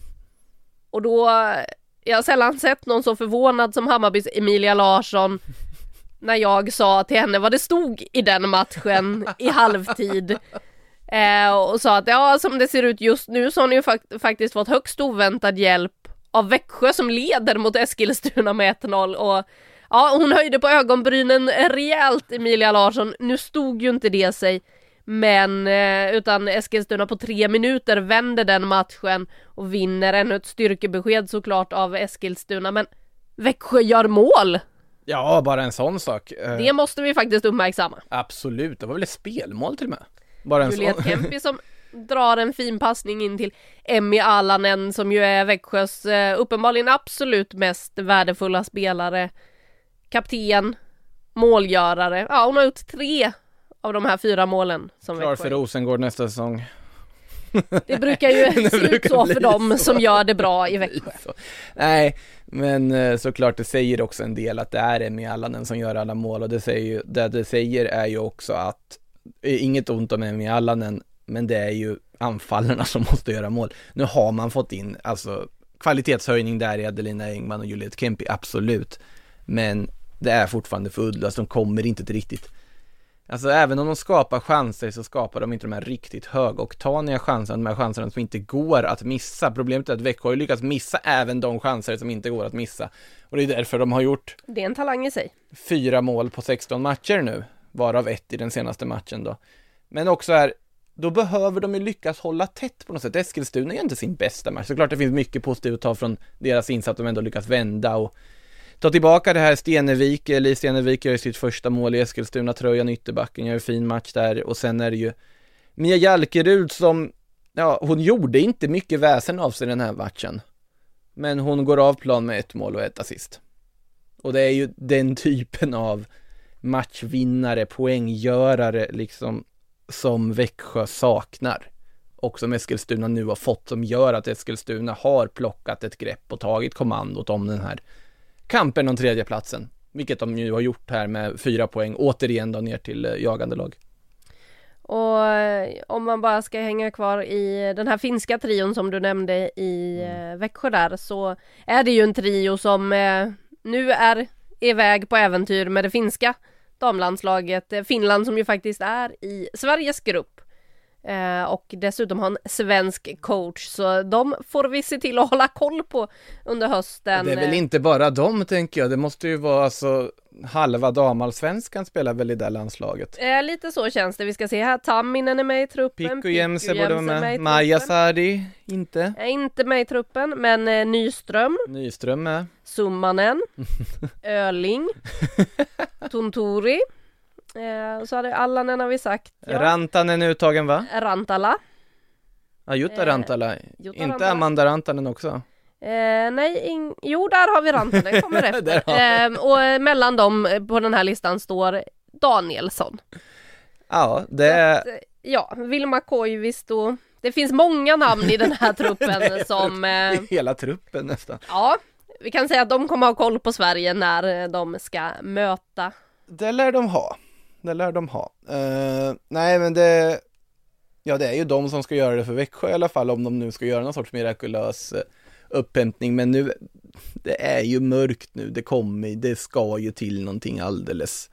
och då jag har sällan sett någon så förvånad som Hammarbys Emilia Larsson när jag sa till henne vad det stod i den matchen i halvtid. Och sa att ja, som det ser ut just nu så har ni ju faktiskt fått högst oväntad hjälp av Växjö som leder mot Eskilstuna med 1-0. Och ja, hon höjde på ögonbrynen rejält, Emilia Larsson. Nu stod ju inte det sig, men utan Eskilstuna på 3 minuter vänder den matchen och vinner. Ännu ett styrkebesked såklart av Eskilstuna, men Växjö gör mål. Ja, bara en sån sak. Det måste vi faktiskt uppmärksamma. Absolut, det var väl ett spelmål till och med. Bara en Juliet sån. Kempi som drar en fin passning in till Emmy Alanen, som ju är Växjös uppenbarligen absolut mest värdefulla spelare. Kapten, målgörare. Ja, hon har gjort 3 av de här 4 målen som Klar Växjö. för Rosengård nästa säsong. Det brukar ju se ut så för dem som gör det bra i Växjö. Nej, men såklart det säger också en del att det är Emmy Allanen som gör alla mål, och det säger är ju också att inget ont om Emmy Allanen, men det är ju anfallarna som måste göra mål. Nu har man fått in alltså kvalitetshöjning där i Adelina Engman och Juliet Kempi, absolut, men det är fortfarande för uddlöst. De kommer inte till riktigt. Alltså även om de skapar chanser så skapar de inte de här riktigt högoktaniga chanserna, de här chanserna som inte går att missa. Problemet är att Växjö har lyckats missa även de chanser som inte går att missa. Och det är därför de har gjort Det är en talang i sig. 4 mål på 16 matcher nu, varav 1 i den senaste matchen då. Men också är, då behöver de ju lyckas hålla tätt på något sätt. Eskilstuna är inte sin bästa match. Såklart det finns mycket positivt att ta från deras insats, de ändå lyckas vända och ta tillbaka det här. Stenevik gör ju sitt första mål i Eskilstuna-tröjan, ytterbacken gör en fin match där, och sen är det ju Mia Jalkerud som, ja, hon gjorde inte mycket väsen av sig den här matchen, men hon går av plan med 1 mål och 1 assist, och det är ju den typen av matchvinnare, poänggörare liksom, som Växjö saknar, och som Eskilstuna nu har fått, som gör att Eskilstuna har plockat ett grepp och tagit kommandot om den här kampen om 3:e platsen, vilket de ju har gjort här med 4 poäng återigen då ner till jagande lag. Och om man bara ska hänga kvar i den här finska trion som du nämnde i Växjö där, så är det ju en trio som nu är iväg på äventyr med det finska damlandslaget. Finland som ju faktiskt är i Sveriges grupp. Och dessutom har en svensk coach, så de får vi se till att hålla koll på under hösten. Det är väl inte bara de, tänker jag. Det måste ju vara alltså halva damallsvenskan spelar väl i det landslaget. Lite så känns det. Vi ska se här, Tamminen är med i truppen. Pikku Jämse borde vara med. Maja Sari, inte. Är inte med i truppen, men Nyström är. Summanen. Öling. Tunturi. Så hade Allanen har vi sagt. Ja. Rantanen är uttagen, va? Rantala. Ja, Jutta Rantala. Jutta inte Rantala. Amanda Rantanen också? Nej, jo, där har vi Rantanen, kommer efter. Och mellan dem på den här listan står Danielsson. Ja, det är... Ja, Vilma Koivisto. Det finns många namn i den här truppen som... Hela truppen nästan. Ja, vi kan säga att de kommer ha koll på Sverige när de ska möta. Det lär de ha. Nej, men det... Ja, det är ju de som ska göra det för Växjö i alla fall, om de nu ska göra någon sorts mirakulös upphämtning. Men nu, det är ju mörkt nu. Det ska ju till någonting alldeles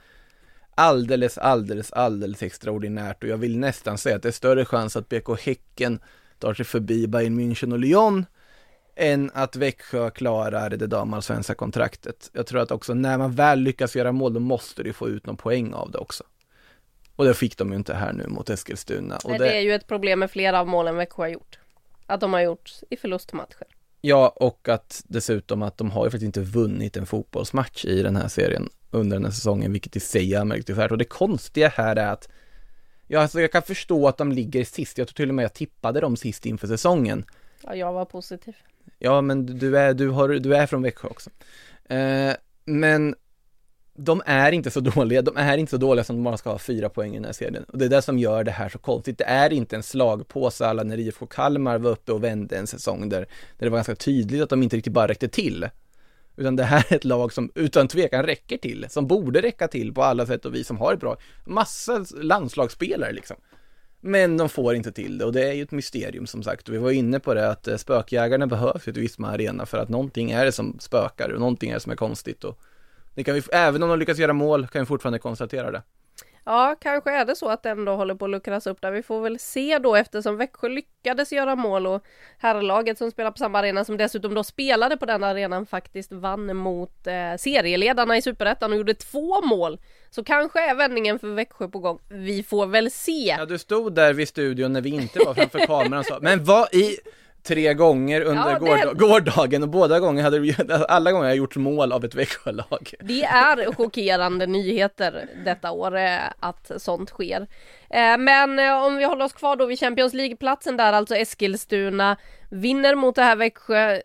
extraordinärt. Och jag vill nästan säga att det är större chans att BK Häcken tar sig förbi Bayern München och Lyon än att Växjö klarar det damallsvenska kontraktet. Jag tror att också när man väl lyckas göra mål, då måste du få ut någon poäng av det också. Och det fick de ju inte här nu mot Eskilstuna. Och det är ju ett problem med flera av målen Växjö har gjort. Att de har gjort i förlustmatcher. Ja, och att dessutom att de har ju faktiskt inte vunnit en fotbollsmatch i den här serien under den här säsongen, vilket i sig är anmärkningsvärt. Och det konstiga här är att jag kan förstå att de ligger sist. Jag tror till och med jag tippade dem sist inför säsongen. Ja, jag var positiv. Ja, men du är från Växjö också. Men de är inte så dåliga. De är inte så dåliga som de bara ska ha 4 poäng i den här serien. Och det är det som gör det här så konstigt. Det är inte en slagpåse alla när IFK Kalmar var uppe och vände en säsong där det var ganska tydligt att de inte riktigt bara räckte till. Utan det här är ett lag som utan tvekan räcker till. Som borde räcka till på alla sätt och vis, som har ett bra massa landslagsspelare liksom. Men de får inte till det, och det är ju ett mysterium som sagt. Och vi var inne på det att spökjägarna behövs i ett Visma Arena för att någonting är det som spökar och någonting är det som är konstigt. Och det kan vi, även om de lyckas göra mål, kan vi fortfarande konstatera det. Ja, kanske är det så att den då håller på att luckras upp där. Vi får väl se då, eftersom Växjö lyckades göra mål och herrlaget som spelar på samma arena, som dessutom då spelade på den arenan, faktiskt vann mot serieledarna i Superettan och gjorde 2 mål. Så kanske är vändningen för Växjö på gång. Vi får väl se. Ja, du stod där vid studion när vi inte var framför kameran och sa, men vad i 3 gånger under gårdagen, och båda gånger alla gånger har jag gjort mål av ett Växjölag. Det är chockerande nyheter detta år att sånt sker. Men om vi håller oss kvar då vid Champions League-platsen där, alltså Eskilstuna vinner mot det här Växjö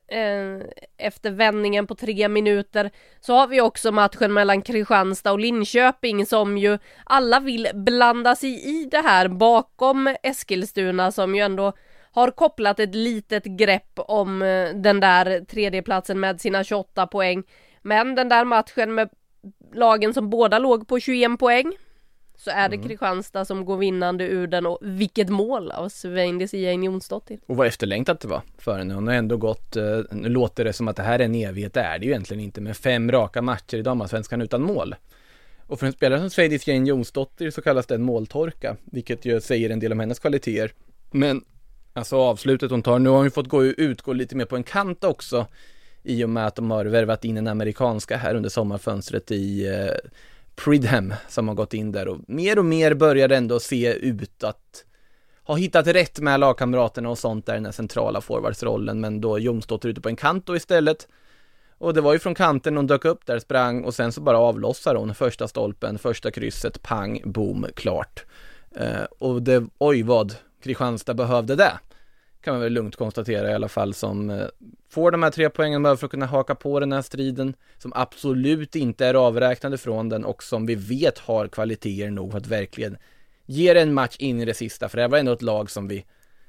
efter vändningen på 3 minuter. Så har vi också matchen mellan Kristianstad och Linköping, som ju alla vill blanda sig i det här bakom Eskilstuna, som ju ändå har kopplat ett litet grepp om den där 3:e platsen med sina 28 poäng. Men den där matchen med lagen som båda låg på 21 poäng, så är det Kristianstad som går vinnande ur den. Och vilket mål av Sveindis Jane Jonsdottir. Och vad efterlängtat det var för henne. Hon har ändå gått, nu låter det som att det här är en evighet, det är det ju egentligen inte, med 5 raka matcher i damallsvenskan utan mål. Och för en spelare som Sveindis Jane Jonsdottir så kallas det en måltorka, vilket ju säger en del om hennes kvaliteter. Men alltså avslutet hon tar, nu har hon ju fått utgå lite mer på en kant också, i och med att de har värvat in en amerikanska här under sommarfönstret i Pridham, som har gått in där och mer börjar ändå se ut att ha hittat rätt med lagkamraterna och sånt där, den här centrala forwardsrollen. Men då Jonsdottir ute på en kant då istället, och det var ju från kanten hon dök upp där, sprang och sen så bara avlossar hon första stolpen, första krysset, pang, boom, klart. Och det, oj vad Kristianstad behövde det, kan man väl lugnt konstatera i alla fall, som får de här 3 poängen för att kunna haka på den här striden, som absolut inte är avräknade från den och som vi vet har kvaliteter nog för att verkligen ge en match in i det sista. För det var ändå ett lag som vi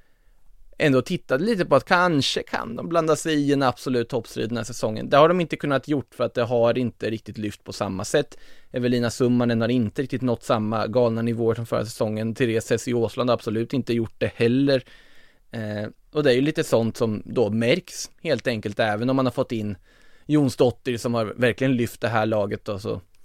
ändå tittade lite på att kanske kan de blanda sig i en absolut toppstrid den här säsongen. Det har de inte kunnat gjort för att det har inte riktigt lyft på samma sätt. Evelina Summanen har inte riktigt nått samma galna nivåer som förra säsongen. Therese Hessie Åsland har absolut inte gjort det heller. Och det är ju lite sånt som då märks helt enkelt, även om man har fått in Jonsdottir som har verkligen lyft det här laget då, så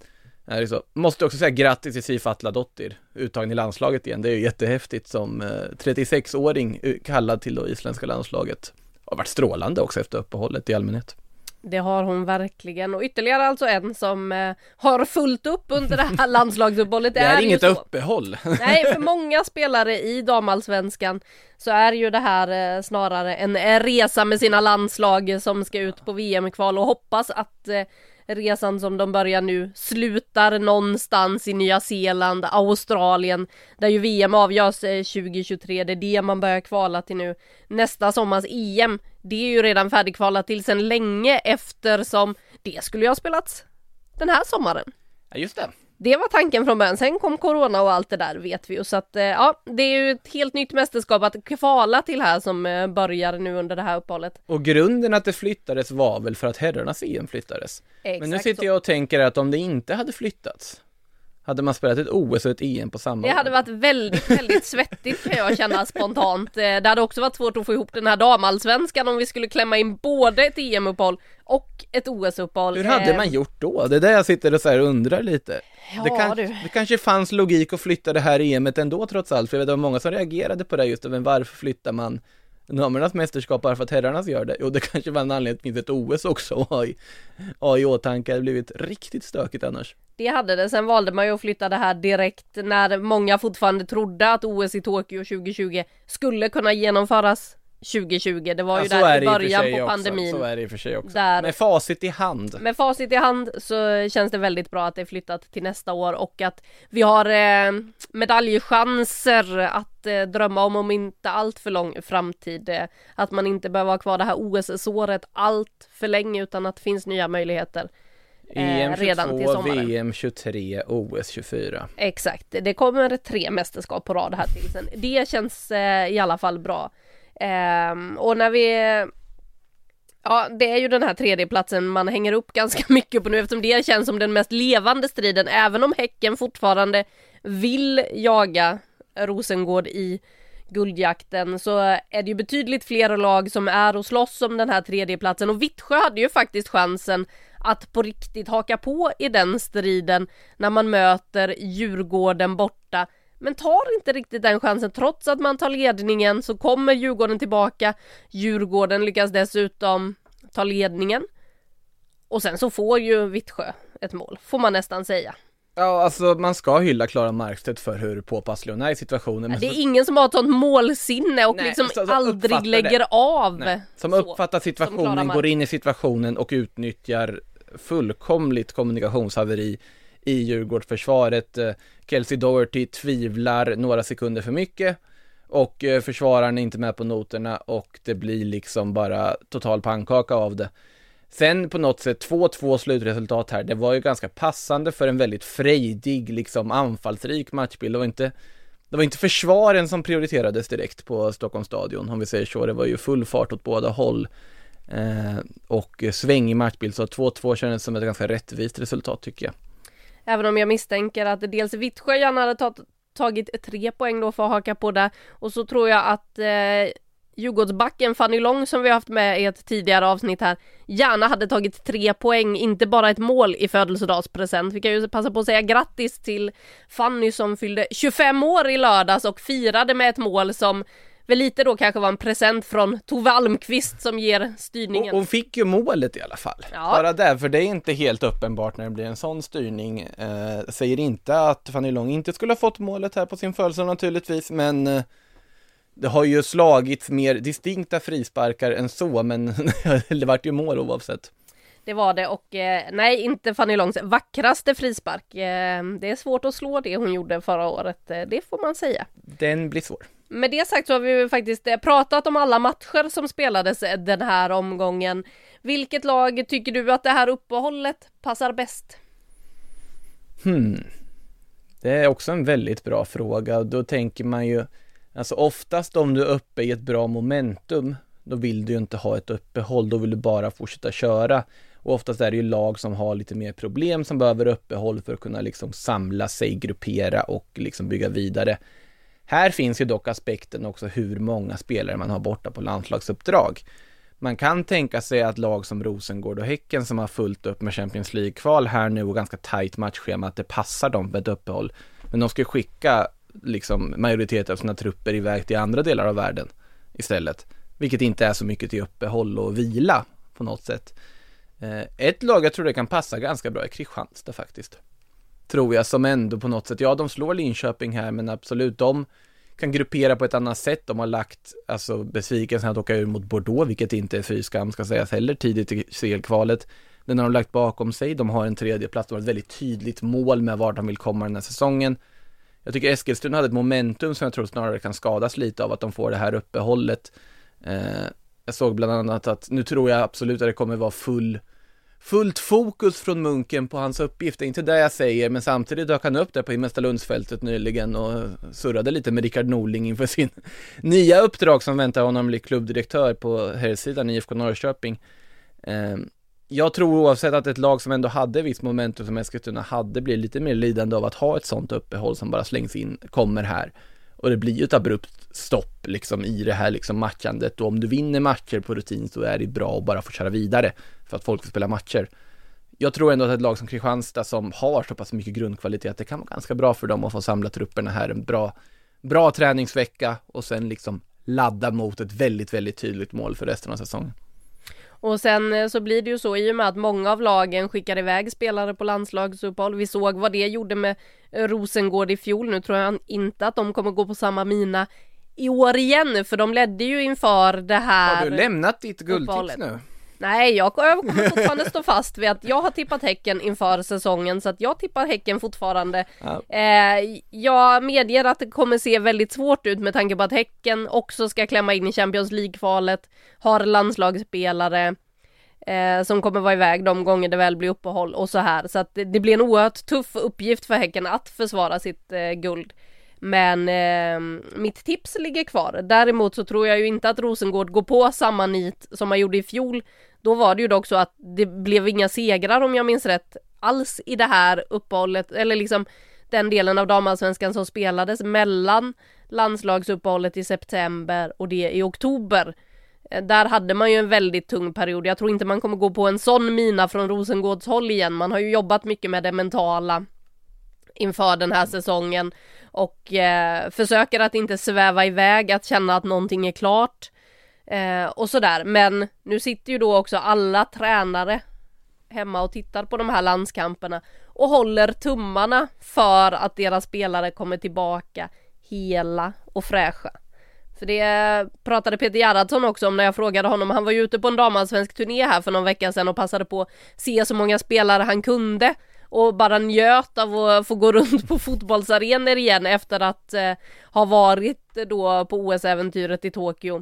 är det så. Måste också säga grattis till Sif Atladottir, uttagen i landslaget igen. Det är ju jättehäftigt som 36-åring kallad till det isländska landslaget. Har varit strålande också efter uppehållet i allmänhet. Det har hon verkligen. Och ytterligare alltså en som har fullt upp under det här landslagsuppehållet. Det är inget uppehåll. Nej, för många spelare i damallsvenskan så är ju det här snarare en resa med sina landslag som ska ut på VM-kval, och hoppas att resan som de börjar nu slutar någonstans i Nya Zeeland, Australien, där ju VM avgörs 2023. Det är det man börjar kvala till nu. Nästa sommars EM, det är ju redan färdigkvalat till sedan länge, eftersom det skulle ju ha spelats den här sommaren. Ja, just det. Det var tanken från början. Sen kom corona och allt det där, vet vi ju. Så att ja, det är ju ett helt nytt mästerskap att kvala till här som börjar nu under det här uppehållet. Och grunden att det flyttades var väl för att herrarnas EM flyttades. Exakt. Men nu sitter jag och tänker att om det inte hade flyttats, hade man spelat ett OS och ett EM på samma Det hade varit väldigt, väldigt svettigt, kan jag känna spontant. Det hade också varit svårt att få ihop den här damallsvenskan om vi skulle klämma in både ett EM-uppehåll och ett OS-uppehåll. Hur hade man gjort då? Det är där jag sitter och så här undrar lite. Ja, det kanske fanns logik att flytta det här EMet ändå trots allt. För jag vet, det var många som reagerade på det just. Men varför flyttar man damernas mästerskap bara för att herrarnas gör det? Jo, det kanske var en anledning att det finns ett OS också att ha i åtanke. Det hade blivit riktigt stökigt annars. Det hade det. Sen valde man ju att flytta det här direkt när många fortfarande trodde att OS i Tokyo 2020 skulle kunna genomföras 2020. Det var ju där i början på pandemin. Så är det i och för sig också. Där, med facit i hand. Med facit i hand så känns det väldigt bra att det är flyttat till nästa år, och att vi har medaljchanser att drömma om inte allt för lång framtid. Att man inte behöver ha kvar det här OS-året allt för länge, utan att det finns nya möjligheter. EM 22, redan till sommaren. VM 23, OS 24. Exakt, det kommer 3 mästerskap på rad här till sen. Det känns i alla fall bra. Och när vi... Ja, det är ju den här 3:e platsen man hänger upp ganska mycket på nu, eftersom det känns som den mest levande striden. Även om Häcken fortfarande vill jaga Rosengård i guldjakten, så är det ju betydligt fler lag som är och slåss om den här 3:e platsen. Och Vittsjö hade ju faktiskt chansen att på riktigt haka på i den striden när man möter Djurgården borta. Men tar inte riktigt den chansen. Trots att man tar ledningen så kommer Djurgården tillbaka. Djurgården lyckas dessutom ta ledningen. Och sen så får ju Vittsjö ett mål, får man nästan säga. Ja, alltså man ska hylla Klara Markstedt för hur påpasslig hon är i situationen. Men det är ingen som har ett sånt målsinne och liksom aldrig lägger av. Nej. Som uppfattar situationen, går in i situationen och utnyttjar fullkomligt kommunikationshaveri i Djurgårdsförsvaret. Kelsey Doherty tvivlar några sekunder för mycket och försvararen är inte med på noterna och det blir liksom bara total pannkaka av det. Sen på något sätt 2-2 slutresultat här. Det var ju ganska passande för en väldigt frejdig, liksom anfallsrik matchbild. Det var inte försvaren som prioriterades direkt på Stockholms stadion, om vi säger så. Det var ju full fart åt båda håll och sväng i matchbild. Så 2-2 kändes som ett ganska rättvist resultat, tycker jag. Även om jag misstänker att dels Vittsjö gärna hade tagit 3 poäng då för att haka på det. Och så tror jag att Djurgårdsbacken Fanny Lång, som vi har haft med i ett tidigare avsnitt här, gärna hade tagit 3 poäng, inte bara ett mål i födelsedagspresent. Vi kan ju passa på att säga grattis till Fanny som fyllde 25 år i lördags och firade med ett mål som väl lite då kanske var en present från Tove Almqvist som ger styrningen. Och fick ju målet i alla fall. Ja. Bara där, för det är inte helt uppenbart när det blir en sån styrning. Säger inte att Fanny Lång inte skulle ha fått målet här på sin födelsedag naturligtvis, men det har ju slagits mer distinkta frisparkar än så, men det vart ju mål oavsett. Det var det, och nej, inte Fanny Långs vackraste frispark. Det är svårt att slå det hon gjorde förra året, det får man säga. Den blir svår. Med det sagt så har vi faktiskt pratat om alla matcher som spelades den här omgången. Vilket lag tycker du att det här uppehållet passar bäst? Det är också en väldigt bra fråga. Då tänker man ju, alltså oftast om du är uppe i ett bra momentum, då vill du ju inte ha ett uppehåll, då vill du bara fortsätta köra. Och oftast är det ju lag som har lite mer problem som behöver uppehåll för att kunna liksom samla sig, gruppera och liksom bygga vidare. Här finns ju dock aspekten också hur många spelare man har borta på landslagsuppdrag. man kan tänka sig att lag som Rosengård och Häcken som har fullt upp med Champions League-kval här nu och ganska tajt matchschema, att det passar dem med ett uppehåll. Men de ska skicka liksom majoriteten av sina trupper iväg till andra delar av världen istället. Vilket inte är så mycket till uppehåll och vila på något sätt. Ett lag jag tror det kan passa ganska bra är Kristianstad faktiskt. Tror jag, som ändå på något sätt, ja de slår Linköping här, men absolut, de kan gruppera på ett annat sätt. De har lagt besvikelsen att åka ur mot Bordeaux, vilket inte är fy skam ska sägas heller, tidigt i CL-kvalet. Den har de lagt bakom sig. De har en tredje plats. De har ett väldigt tydligt mål med vart de vill komma den här säsongen. Jag tycker Eskilstuna hade ett momentum som jag tror snarare kan skadas lite av att de får det här uppehållet. Jag såg bland annat att nu tror jag absolut att det kommer vara fullt fokus från Munken på hans uppgift. Det är inte det jag säger, men samtidigt dök han upp där på Himmelstalundsfältet nyligen och surrade lite med Rickard Norling inför sin nya uppdrag som väntar honom bli klubbdirektör på herrsidan i IFK Norrköping. Jag tror oavsett att ett lag som ändå hade viss momentum som Eskilstuna hade blir lite mer lidande av att ha ett sånt uppehåll som bara slängs in, kommer här. Och det blir ju ett abrupt stopp liksom i det här liksom matchandet. Och om du vinner matcher på rutin så är det bra att bara få köra vidare för att folk får spela matcher. Jag tror ändå att ett lag som Kristianstad som har så pass mycket grundkvalitet, att det kan vara ganska bra för dem att få samla trupperna här en bra träningsvecka och sen liksom ladda mot ett väldigt, väldigt tydligt mål för resten av säsongen. Och sen så blir det ju så i och med att många av lagen skickar iväg spelare på landslagsuppehåll. Vi såg vad det gjorde med Rosengård i fjol. Nu tror jag inte att de kommer gå på samma mina i år igen, för de ledde ju inför det här. Har du lämnat ditt guldtips nu? Nej, jag kommer fortfarande stå fast vid att jag har tippat Häcken inför säsongen, så att jag tippar Häcken fortfarande. Ja. Jag medger att det kommer se väldigt svårt ut med tanke på att Häcken också ska klämma in i Champions League-kvalet, har landslagsspelare som kommer vara iväg de gånger det väl blir uppehåll och så här. Så att det blir en oerhört tuff uppgift för Häcken att försvara sitt guld. Men mitt tips ligger kvar. Däremot så tror jag ju inte att Rosengård går på samma nit som man gjorde i fjol. Då var det ju dock så att det blev inga segrar, om jag minns rätt, alls i det här uppehållet. Eller liksom den delen av damallsvenskan som spelades mellan landslagsuppehållet i september och det i oktober. Där hade man ju en väldigt tung period. Jag tror inte man kommer gå på en sån mina från Rosengårds håll igen. Man har ju jobbat mycket med det mentala inför den här säsongen och försöker att inte sväva iväg, att känna att någonting är klart och sådär. Men nu sitter ju då också alla tränare hemma och tittar på de här landskamperna och håller tummarna för att deras spelare kommer tillbaka hela och fräscha. För det pratade Peter Gerhardsson också om när jag frågade honom. Han var ju ute på en damallsvensk turné här för någon vecka sedan och passade på att se så många spelare han kunde och bara njöt av att få gå runt på fotbollsarenor igen efter att ha varit då på OS-äventyret i Tokyo.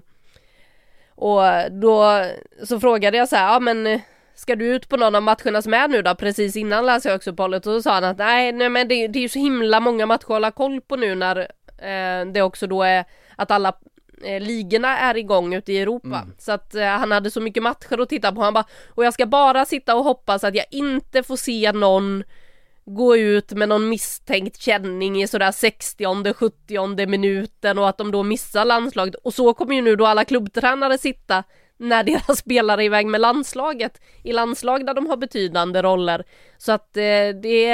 Och då så frågade jag så här, ja men ska du ut på någon av matcherna som är nu då, precis innan landslagsuppehållet? Och så sa han att nej men det är ju så himla många matcher att hålla koll på nu när det också då är att alla ligorna är igång ute i Europa. Så att han hade så mycket matcher att titta på. Han bara, och jag ska bara sitta och hoppas att jag inte får se någon gå ut med någon misstänkt känning i sådär 60-70 minuten och att de då missar landslaget. Och så kommer ju nu då alla klubbtränare sitta när deras spelare är iväg med landslaget i landslag där de har betydande roller. Så att det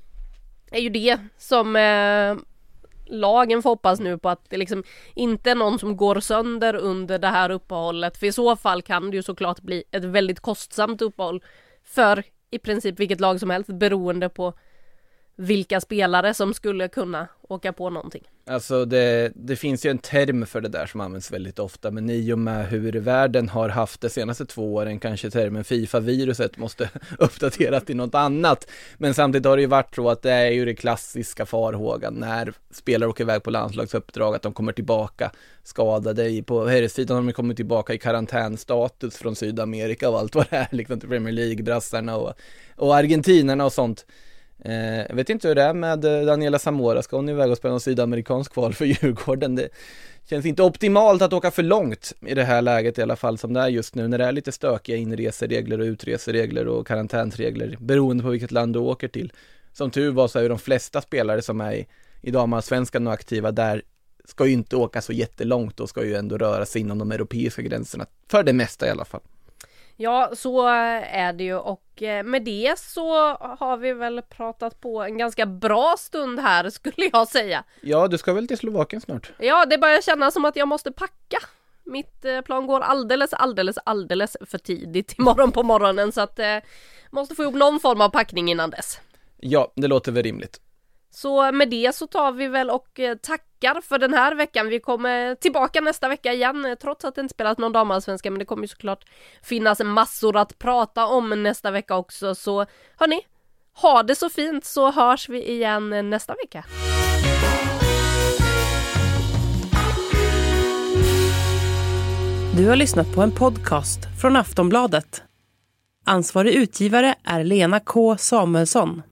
är ju det som lagen får hoppas nu på, att det liksom inte är någon som går sönder under det här uppehållet. För i så fall kan det ju såklart bli ett väldigt kostsamt uppehåll för i princip vilket lag som helst, beroende på vilka spelare som skulle kunna åka på någonting. Alltså det finns ju en term för det där som används väldigt ofta, men i och med hur världen har haft de senaste 2 åren kanske termen FIFA-viruset måste uppdateras till något annat. Men samtidigt har det ju varit så att det är ju det klassiska farhågan när spelare åker iväg på landslagsuppdrag att de kommer tillbaka skadade. På herrsidan har de kommit tillbaka i karantänstatus från Sydamerika och allt vad det är, liksom till Premier League-brassarna och argentinarna och sånt. Jag vet inte hur det är med Daniela Zamora. Ska hon iväg och spela någon sydamerikansk kval för Djurgården? Det känns inte optimalt att åka för långt i det här läget i alla fall som det är just nu, när det är lite stökiga inreseregler och utreseregler och karantänsregler beroende på vilket land du åker till. Som tur var så är ju de flesta spelare som är i damallsvenskan och aktiva där ska ju inte åka så jättelångt och ska ju ändå röra sig inom de europeiska gränserna. För det mesta i alla fall. Ja, så är det ju, och med det så har vi väl pratat på en ganska bra stund här, skulle jag säga. Ja, du ska väl till Slovakien snart? Ja, det börjar kännas som att jag måste packa. Mitt plan går alldeles för tidigt imorgon på morgonen, så att måste få ihop någon form av packning innan dess. Ja, det låter väl rimligt. Så med det så tar vi väl och tackar för den här veckan. Vi kommer tillbaka nästa vecka igen, trots att det inte spelat någon damallsvenska, men det kommer ju såklart finnas massor att prata om nästa vecka också. Så hörni, ha det så fint, så hörs vi igen nästa vecka. Du har lyssnat på en podcast från Aftonbladet. Ansvarig utgivare är Lena K. Samuelsson.